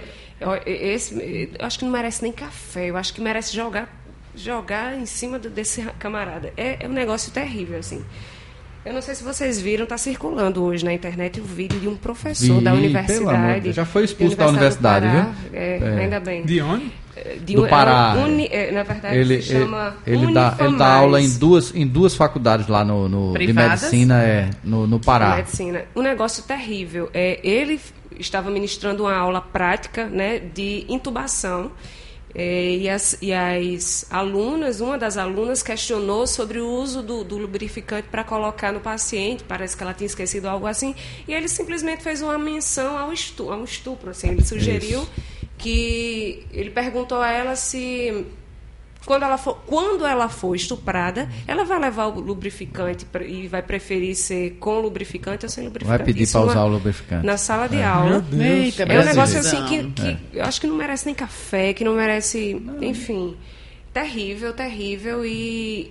Eu acho que não merece nem café, eu acho que merece jogar em cima desse camarada. É um negócio terrível, assim. Eu não sei se vocês viram, está circulando hoje na internet o vídeo de um professor da Pelo amor universidade. de Deus, já foi expulso da universidade, do Pará, viu? Ainda bem. De onde? Do Pará. Na verdade, Ele se chama ele dá aula em duas faculdades lá de Privadas? medicina no Pará. Medicina. Um negócio terrível. Ele estava ministrando uma aula prática, né, de intubação. E as alunas, uma das alunas questionou sobre o uso do lubrificante para colocar no paciente, parece que ela tinha esquecido algo assim, e ele simplesmente fez uma menção ao estupro, assim, ele sugeriu que ele perguntou a ela se quando ela for estuprada, ela vai levar o lubrificante e vai preferir ser com lubrificante ou sem lubrificante. Vai pedir Isso para usar o lubrificante. na sala de aula. Meu Deus. Eita, É um negócio Brasilzão. assim que eu acho que não merece nem café, que não merece. Enfim. Terrível e.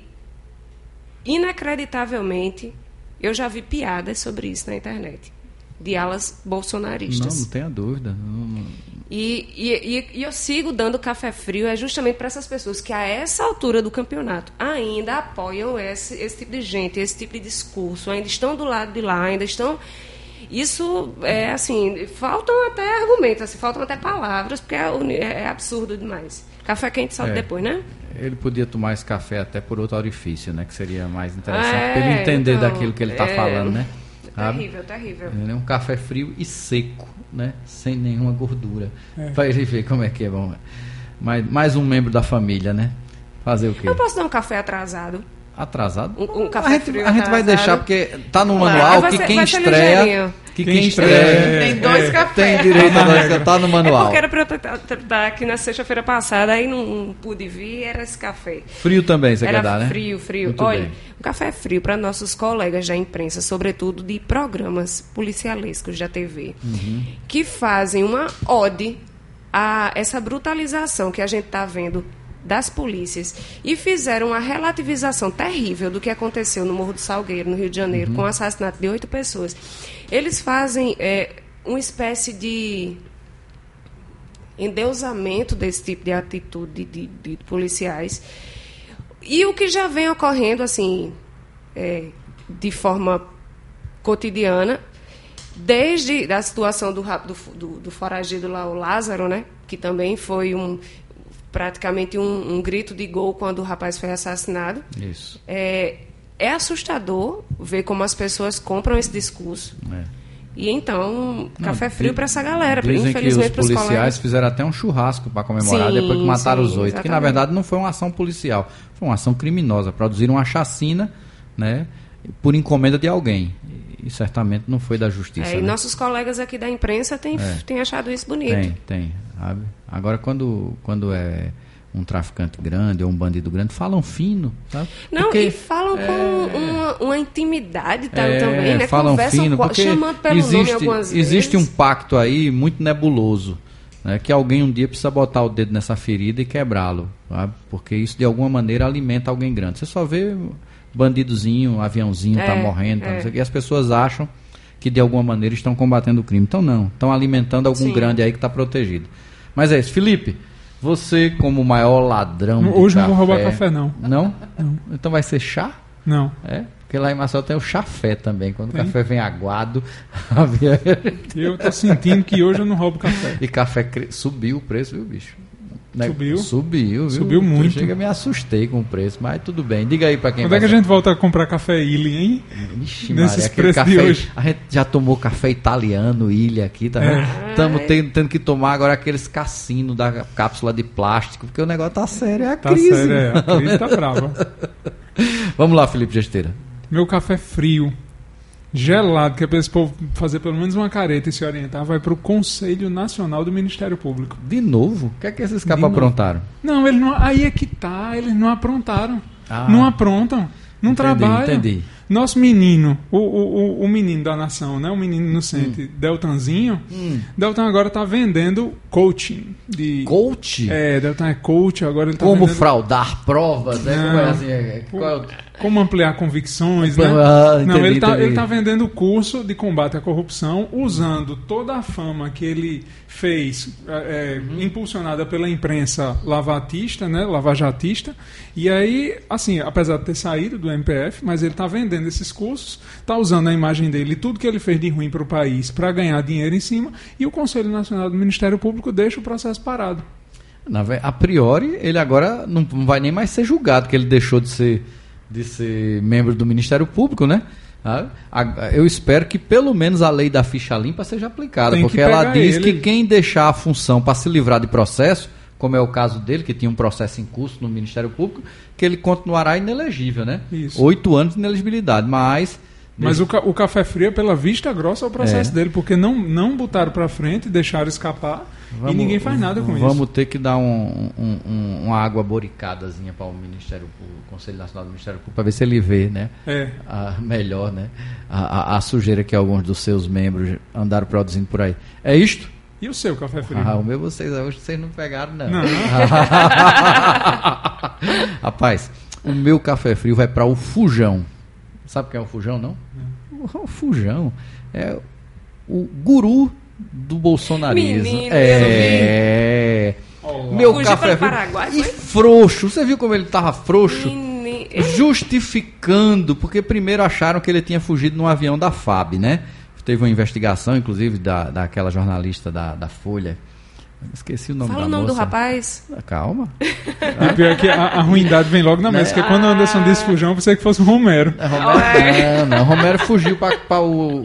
Inacreditavelmente, eu já vi piadas sobre isso na internet. De alas bolsonaristas. Não tenha dúvida. E eu sigo dando café frio justamente para essas pessoas que, a essa altura do campeonato, ainda apoiam esse tipo de gente, esse tipo de discurso, ainda estão do lado de lá, ainda estão. Isso é assim, faltam até argumentos, assim, faltam até palavras, porque é absurdo demais. Café quente sobe depois, né? Ele podia tomar esse café até por outro orifício, né? Que seria mais interessante É, para ele entender então, daquilo que ele está falando, né? Sabe? Terrível. É um café frio e seco, né? Sem nenhuma gordura. Para ele ver como é que é bom. Mais um membro da família, né? Fazer o quê? Eu posso dar um café atrasado? Atrasado? Um café frio a gente vai atrasado? deixar, porque tá no manual Vai que ser- quem vai ser estreia... ligeirinho. Que Quem quem estreia, estreia Tem dois cafés. tem direito a nós, tá no É manual. porque era para eu estar aqui na sexta-feira passada, aí não pude vir, era esse café. Frio também, você Era quer dar, né? frio. Muito Olha, bem. um café frio para nossos colegas da imprensa, sobretudo de programas policialescos da TV, que fazem uma ode a essa brutalização que a gente está vendo das polícias e fizeram uma relativização terrível do que aconteceu no Morro do Salgueiro, no Rio de Janeiro, com o assassinato de 8 pessoas. Eles fazem uma espécie de endeusamento desse tipo de atitude de policiais. E o que já vem ocorrendo, assim, de forma cotidiana, desde a situação do foragido lá, o Lázaro, né, que também foi praticamente um grito de gol quando o rapaz foi assassinado. Isso. É assustador ver como as pessoas compram esse discurso. E então, café frio para essa galera, Dizem infelizmente que para os os policiais colegas. fizeram até um churrasco para comemorar Sim, depois que mataram sim, os 8. Que na exatamente. verdade não foi uma ação policial, foi uma ação criminosa. Produziram uma chacina, né, por encomenda de alguém. E certamente não foi da justiça. E né? nossos colegas aqui da imprensa têm achado isso bonito. Tem. Sabe? Agora, quando é um traficante grande ou um bandido grande, falam fino. Sabe? Não, Porque e falam com uma intimidade também, né? Falam Conversam fino, porque chamando pelo nome algumas vezes. existe um pacto aí muito nebuloso, né, que alguém um dia precisa botar o dedo nessa ferida e quebrá-lo, sabe? Porque isso de alguma maneira alimenta alguém grande. Você só vê bandidozinho, aviãozinho tá morrendo, tá, não sei o quê, e as pessoas acham que de alguma maneira estão combatendo o crime. Então não, estão alimentando algum grande aí que está protegido. Mas é isso. Felipe, você como o maior ladrão de Hoje não vou café... roubar café, não. Não? Então vai ser chá? Não. Porque lá em Maceió tem o chafé também. Quando o café vem aguado, Eu tô sentindo que hoje eu não roubo café. e café subiu o preço, viu, bicho? Né? Subiu. Subiu, viu? Subiu muito. Chega, me assustei com o preço, mas tudo bem. Diga aí pra quem Quando é que a gente volta a comprar café Ilha, hein? Ixi, Nesses Maria, aquele preços de café, hoje. a gente já tomou café italiano, Ilha aqui, tá vendo? Estamos tendo que tomar agora aqueles cassinos da cápsula de plástico, porque o negócio tá sério, é a Tá crise. sério, a crise tá brava. Vamos lá, Felipe Gesteira. Meu café frio, gelado, que é para esse povo fazer pelo menos uma careta e se orientar, vai pro Conselho Nacional do Ministério Público. De novo? O que é que esses cabos novo. aprontaram? Não, aí é que tá, eles não aprontaram. Ah. Não aprontam, não Entendi, trabalham. entendi. Nosso menino, o menino da nação, né? O menino inocente, Deltanzinho. Deltan agora tá vendendo coaching. Coach? Deltan é coach, agora ele tá Como vendendo... fraudar provas, né? Não. Como é assim? Qual é o... Como ampliar convicções, né? Ah, entendi, Não, ele entendi. tá vendendo curso de combate à corrupção, usando toda a fama que ele fez, impulsionada pela imprensa lavatista, né? Lavajatista. E aí, assim, apesar de ter saído do MPF, mas ele tá vendendo esses cursos, tá usando a imagem dele, tudo que ele fez de ruim para o país, para ganhar dinheiro em cima, e o Conselho Nacional do Ministério Público deixa o processo parado. A priori, ele agora não vai nem mais ser julgado, que ele deixou de ser membro do Ministério Público, né? Eu espero que pelo menos a lei da ficha limpa seja aplicada, Tem que porque ela pegar diz ele. que quem deixar a função para se livrar de processo, como é o caso dele, que tinha um processo em curso no Ministério Público, que ele continuará inelegível, né? Isso. 8 anos de inelegibilidade, mas o café frio é pela vista grossa o processo dele, porque não botaram para frente, deixaram escapar e ninguém faz nada com isso. Vamos ter que dar uma água boricadazinha para o Ministério Público, o Conselho Nacional do Ministério Público, para ver se ele vê, né? Melhor, né? A sujeira que alguns dos seus membros andaram produzindo por aí. É isto? E o seu café frio? O meu vocês não pegaram, não. Não. Rapaz, o meu café frio vai para o Fujão. Sabe quem é o Fujão, não? O Fujão é o guru do bolsonarismo. Menino, Meu Fugiu café para o frio. Paraguai, E foi? frouxo. Você viu como ele estava frouxo? Menino. Justificando, porque primeiro acharam que ele tinha fugido num avião da FAB, né? Teve uma investigação, inclusive, daquela jornalista da Folha. Esqueci o nome Fala da o nome moça. do rapaz. Calma. O pior é que a ruindade vem logo na mesa, porque quando o Anderson disse Fujão, eu pensei que fosse o Romero. Não. Romero fugiu para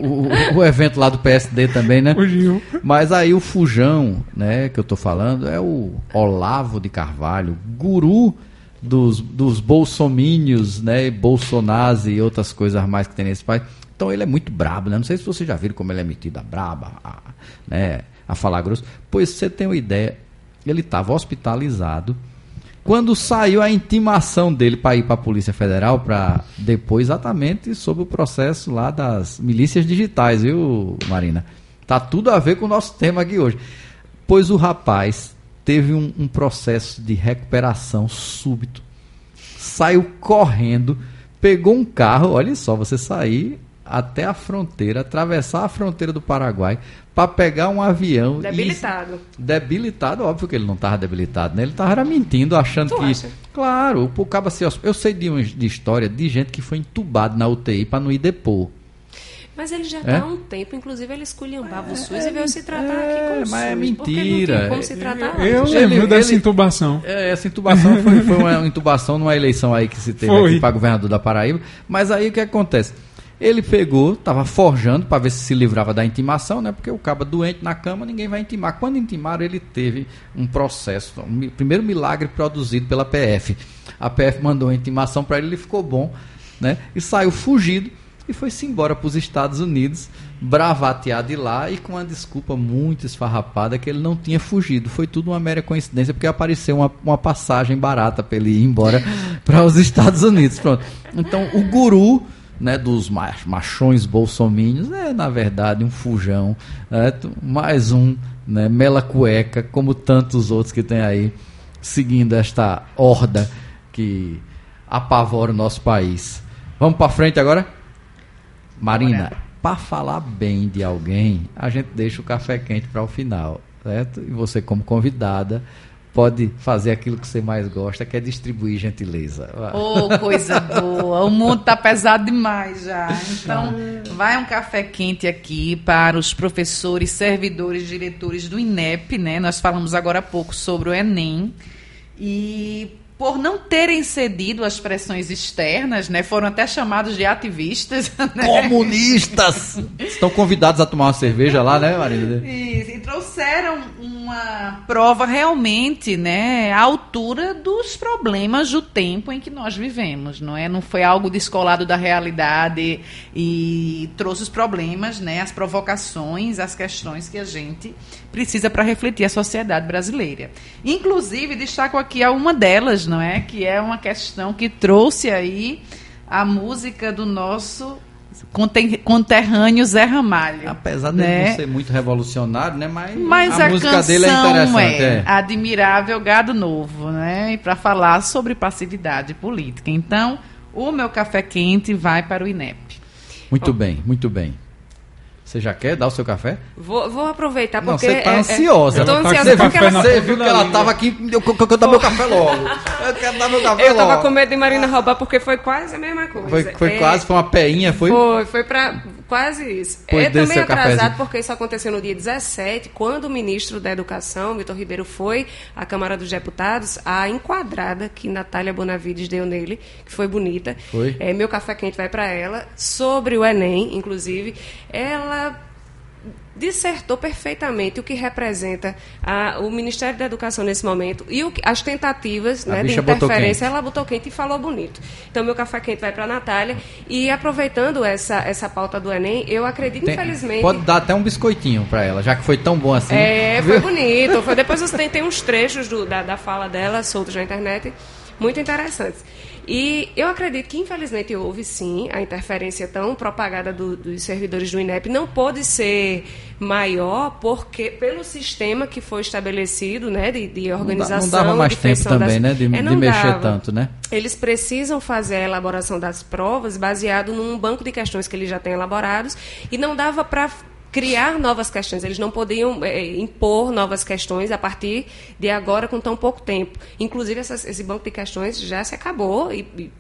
o evento lá do PSD também, né? Fugiu. Mas aí o Fujão, né, que eu tô falando, é o Olavo de Carvalho, guru dos bolsomínios, né, Bolsonaro e outras coisas mais que tem nesse país. Então ele é muito brabo, né? Não sei se vocês já viram como ele é metido a braba, né, a falar grosso. Pois você tem uma ideia, ele estava hospitalizado. Quando saiu a intimação dele para ir para a Polícia Federal para depor exatamente sobre o processo lá das milícias digitais, viu, Marina? Tá tudo a ver com o nosso tema aqui hoje. Pois o rapaz teve um processo de recuperação súbito, saiu correndo, pegou um carro, olha só, você sair até a fronteira, atravessar a fronteira do Paraguai para pegar um avião. Debilitado. Debilitado, óbvio que ele não estava debilitado, né? Ele estava mentindo, achando Tu que... acha? Claro, o cabo assim, eu sei de história de gente que foi entubado na UTI para não ir depor. Mas ele já está há um tempo, inclusive ele esculhambava o SUS e veio se tratar aqui com o SUS. mas é Porque não mentira. tinha como se tratar Eu antes. lembro dessa ele- intubação. Essa intubação foi uma intubação numa eleição aí que se teve Foi. aqui para governador da Paraíba. Mas aí o que acontece? Ele pegou, estava forjando para ver se livrava da intimação, né? Porque o cabo doente na cama, ninguém vai intimar. Quando intimaram, ele teve um processo, primeiro milagre produzido pela PF. A PF mandou a intimação para ele ficou bom, né? E saiu fugido e foi-se embora para os Estados Unidos, bravateado de lá e com uma desculpa muito esfarrapada que ele não tinha fugido. Foi tudo uma mera coincidência, porque apareceu uma passagem barata para ele ir embora para os Estados Unidos. Pronto. Então, o guru, né, dos machões bolsominions é, na verdade, um fujão, né, mais um, né, mela cueca, como tantos outros que tem aí, seguindo esta horda que apavora o nosso país. Vamos para frente agora? Marina, para falar bem de alguém, a gente deixa o café quente para o final, certo? E você, como convidada, pode fazer aquilo que você mais gosta, que é distribuir gentileza. Oh, coisa boa. O mundo tá pesado demais já. Então, vai um café quente aqui para os professores, servidores, diretores do INEP, né? Nós falamos agora há pouco sobre o Enem. E por não terem cedido às pressões externas, né, foram até chamados de ativistas. Né? Comunistas! Estão convidados a tomar uma cerveja lá, né, Marina? Isso, e trouxeram uma prova realmente, né, à altura dos problemas do tempo em que nós vivemos, não é? Não foi algo descolado da realidade e trouxe os problemas, né, as provocações, as questões que a gente precisa para refletir a sociedade brasileira. Inclusive, destaco aqui uma delas, não é? Que é uma questão que trouxe aí a música do nosso conterrâneo Zé Ramalho. Apesar de né? não ser muito revolucionário, né? Mas a música dele é interessante. É Admirável Gado Novo, né? E para falar sobre passividade política. Então, o meu café quente vai para o INEP. Muito bem, muito bem. Você já quer dar o seu café? Vou aproveitar, porque... Não, você está ansiosa. Estou ansiosa Você porque você viu que ela estava aqui, eu quero dar meu café logo. Eu quero dar meu café eu logo. estava com medo de Marina roubar, porque foi quase a mesma coisa. Foi quase, foi uma peinha, foi? Foi para quase isso. Pois É também seu atrasado, cafezinho. porque isso aconteceu no dia 17, quando o ministro da Educação, Vitor Ribeiro, foi à Câmara dos Deputados, a enquadrada que Natália Bonavides deu nele, que foi bonita. Foi? Meu café quente vai para ela, sobre o Enem, inclusive. Ela dissertou perfeitamente o que representa o Ministério da Educação nesse momento e as tentativas, né, de interferência. Ela botou quente e falou bonito. Então, meu café quente vai para a Natália. E aproveitando essa pauta do Enem, eu acredito, infelizmente... Pode dar até um biscoitinho para ela, já que foi tão bom assim. Foi bonito. Depois você tem uns trechos da fala dela soltos na internet, muito interessantes. E eu acredito que, infelizmente, houve, sim, a interferência tão propagada dos servidores do INEP. Não pôde ser maior porque pelo sistema que foi estabelecido, né, de organização... Não dava mais tempo também, né, de mexer tanto, né? Eles precisam fazer a elaboração das provas baseado num banco de questões que eles já têm elaborados e não dava para criar novas questões. Eles não podiam impor novas questões a partir de agora com tão pouco tempo. Inclusive, esse banco de questões já se acabou.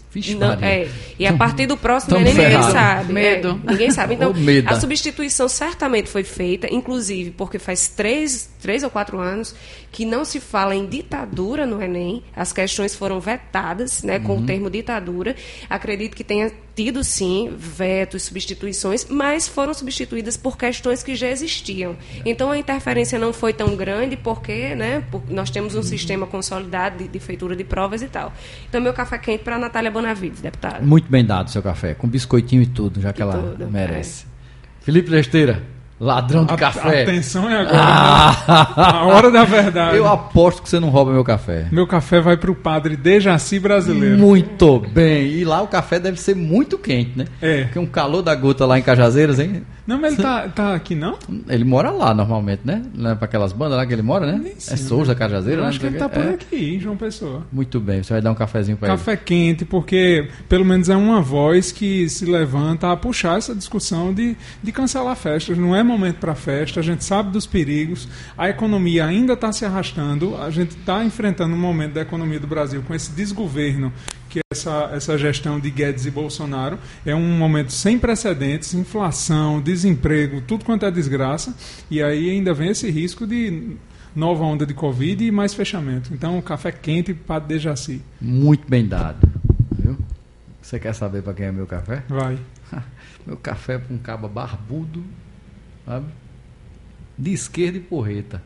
E a partir do próximo Enem ninguém sabe. Ninguém sabe. Então, a substituição certamente foi feita, inclusive porque faz 3 ou 4 anos que não se fala em ditadura no Enem. As questões foram vetadas, né, com o termo ditadura. Acredito que tenha tido, sim, vetos, substituições, mas foram substituídas por questões que já existiam. Então, a interferência não foi tão grande porque, né, nós temos um sistema consolidado de feitura de provas e tal. Então, meu café quente para a Natália Bonavides, deputada. Muito bem dado o seu café, com biscoitinho e tudo, já que ela merece. Felipe Lesteira, ladrão de café. Atenção, é agora. A hora da verdade. Eu aposto que você não rouba meu café. Meu café vai para o padre Dejaci brasileiro. Muito bem. E lá o café deve ser muito quente, né? Porque um calor da gota lá em Cajazeiras, hein? Não, mas ele tá aqui, não? Ele mora lá, normalmente, né? Para aquelas bandas lá que ele mora, né? Sim, é Souza, Cajazeira? Eu acho que ele tá por aqui, em João Pessoa. Muito bem, você vai dar um cafezinho para ele. Café quente, porque pelo menos é uma voz que se levanta a puxar essa discussão de cancelar festas. Não é momento para festa, a gente sabe dos perigos, a economia ainda está se arrastando, a gente está enfrentando um momento da economia do Brasil com esse desgoverno, que essa gestão de Guedes e Bolsonaro é um momento sem precedentes, inflação, desemprego, tudo quanto é desgraça, e aí ainda vem esse risco de nova onda de Covid e mais fechamento. Então, café quente para Dejaci. Muito bem dado. Viu? Você quer saber para quem é meu café? Vai. Meu café é para um caba barbudo, sabe? De esquerda e porreta.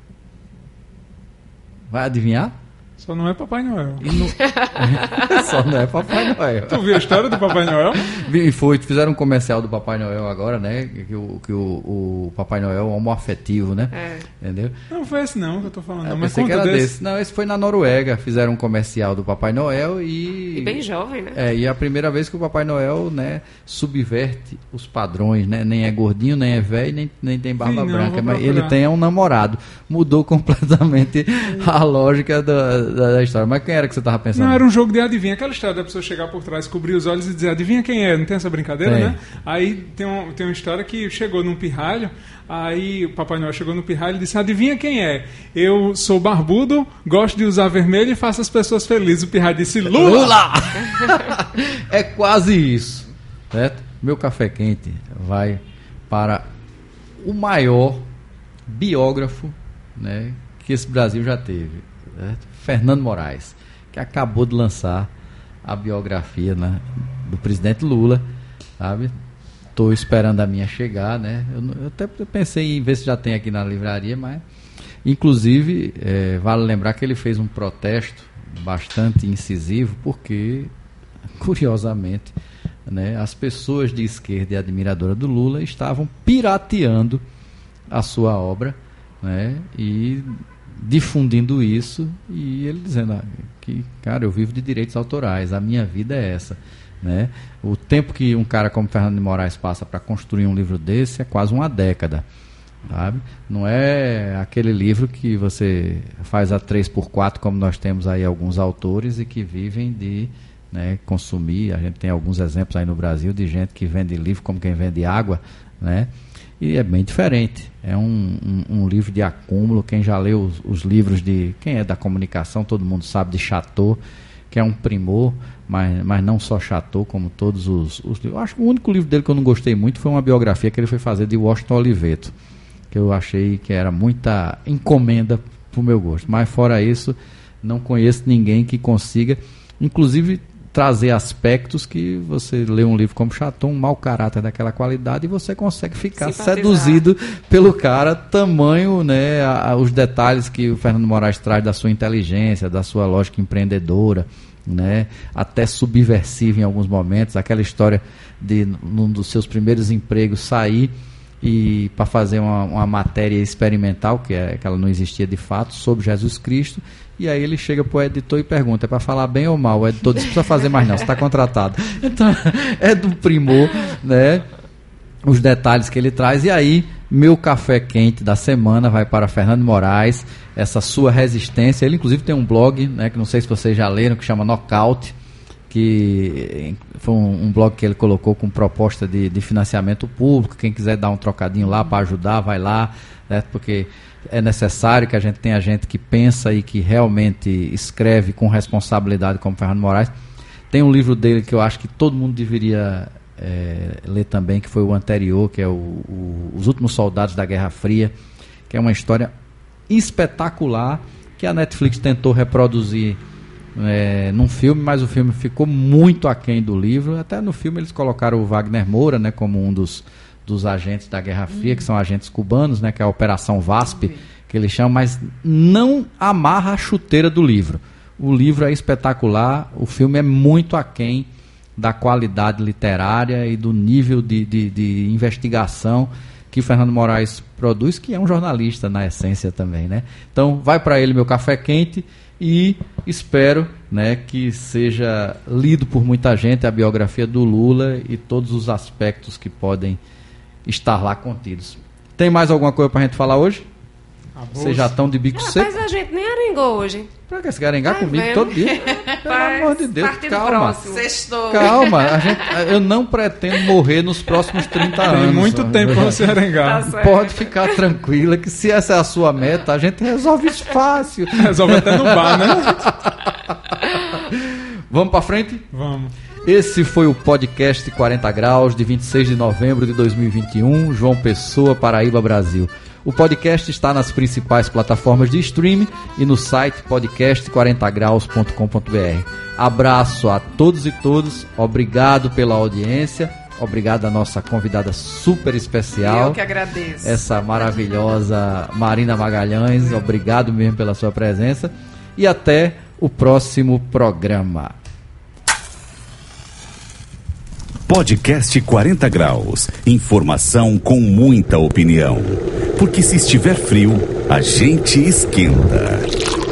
Vai adivinhar? Só não é Papai Noel. Só não é Papai Noel. Tu viu a história do Papai Noel? Fizeram um comercial do Papai Noel agora, né? Que o Papai Noel é homoafetivo, né? Entendeu? Não foi esse não que eu tô falando. Eu pensei que era desse. Não, esse foi na Noruega. Fizeram um comercial do Papai Noel e bem jovem, né? E é a primeira vez que o Papai Noel, né, subverte os padrões, né? Nem é gordinho, nem é velho, nem tem barba branca. Mas ele tem um namorado. Mudou completamente a lógica da história. Mas quem era que você estava pensando? Não, era um jogo de adivinha. Aquela história da pessoa chegar por trás, cobrir os olhos e dizer, adivinha quem é? Não tem essa brincadeira, né? Aí tem uma história que chegou num pirralho, aí o Papai Noel chegou no pirralho e disse, adivinha quem é? Eu sou barbudo, gosto de usar vermelho e faço as pessoas felizes. O pirralho disse, Lula! É quase isso, certo? Meu café quente vai para o maior biógrafo, né, que esse Brasil já teve, certo? Fernando Moraes, que acabou de lançar a biografia, né, do presidente Lula, sabe? Estou esperando a minha chegar, né? Eu até pensei em ver se já tem aqui na livraria, mas inclusive vale lembrar que ele fez um protesto bastante incisivo, porque curiosamente, né, as pessoas de esquerda e admiradora do Lula estavam pirateando a sua obra, né, e difundindo isso, e ele dizendo que, cara, eu vivo de direitos autorais, a minha vida é essa, né? O tempo que um cara como Fernando de Moraes passa para construir um livro desse é quase uma década, sabe? Não é aquele livro que você faz a 3x4, como nós temos aí alguns autores e que vivem de, né, consumir. A gente tem alguns exemplos aí no Brasil de gente que vende livro como quem vende água, né? E é bem diferente. É um livro de acúmulo. Quem já leu os livros de... Quem é da comunicação, todo mundo sabe de Chateau, que é um primor, mas não só Chateau, como todos os livros. Eu acho que o único livro dele que eu não gostei muito foi uma biografia que ele foi fazer de Washington Oliveto, que eu achei que era muita encomenda para o meu gosto. Mas fora isso, não conheço ninguém que consiga, inclusive, trazer aspectos que você lê um livro como Chateau, um mau caráter daquela qualidade, e você consegue ficar seduzido pelo cara, tamanho, né, os detalhes que o Fernando Moraes traz da sua inteligência, da sua lógica empreendedora, né, até subversiva em alguns momentos, aquela história de, num dos seus primeiros empregos, sair e para fazer uma matéria experimental, que ela não existia de fato, sobre Jesus Cristo, e aí ele chega para o editor e pergunta, é para falar bem ou mal? O editor diz, não precisa fazer mais não, você está contratado. Então, é do primor, né, os detalhes que ele traz. E aí, meu café quente da semana vai para Fernando Moraes, essa sua resistência. Ele inclusive tem um blog, né, que não sei se vocês já leram, que chama Knockout, que foi um blog que ele colocou com proposta de financiamento público. Quem quiser dar um trocadinho lá para ajudar, vai lá, né, porque é necessário que a gente tenha gente que pensa e que realmente escreve com responsabilidade, como Fernando Moraes. Tem um livro dele que eu acho que todo mundo deveria ler também, que foi o anterior, que é Os Últimos Soldados da Guerra Fria, que é uma história espetacular, que a Netflix tentou reproduzir num filme, mas o filme ficou muito aquém do livro. Até no filme eles colocaram o Wagner Moura, né, como um dos agentes da Guerra Fria, que são agentes cubanos, né, que é a Operação VASP, que eles chamam, mas não amarra a chuteira do livro. O livro é espetacular, o filme é muito aquém da qualidade literária e do nível de investigação que Fernando Moraes produz, que é um jornalista na essência também, né? Então, vai para ele meu café quente e espero, né, que seja lido por muita gente a biografia do Lula e todos os aspectos que podem estar lá contidos. Tem mais alguma coisa pra gente falar hoje? Vocês já estão de bico seco? Mas a gente nem arengou hoje. Pra que você quer arengar comigo vendo? todo dia? Pelo amor de Deus, calma. Sextou. Calma, eu não pretendo morrer nos próximos 30 anos. Tem muito tempo pra você arengar. Tá Pode ficar tranquila que se essa é a sua meta, a gente resolve isso fácil. Resolve até no bar, né? Vamos pra frente? Vamos. Esse foi o podcast 40 Graus, de 26 de novembro de 2021, João Pessoa, Paraíba, Brasil. O podcast está nas principais plataformas de streaming e no site podcast40graus.com.br. Abraço a todos e todas, obrigado pela audiência, obrigado à nossa convidada super especial. Eu que agradeço. Essa maravilhosa Marina Magalhães, obrigado mesmo pela sua presença e até o próximo programa. Podcast 40 Graus. Informação com muita opinião. Porque se estiver frio, a gente esquenta.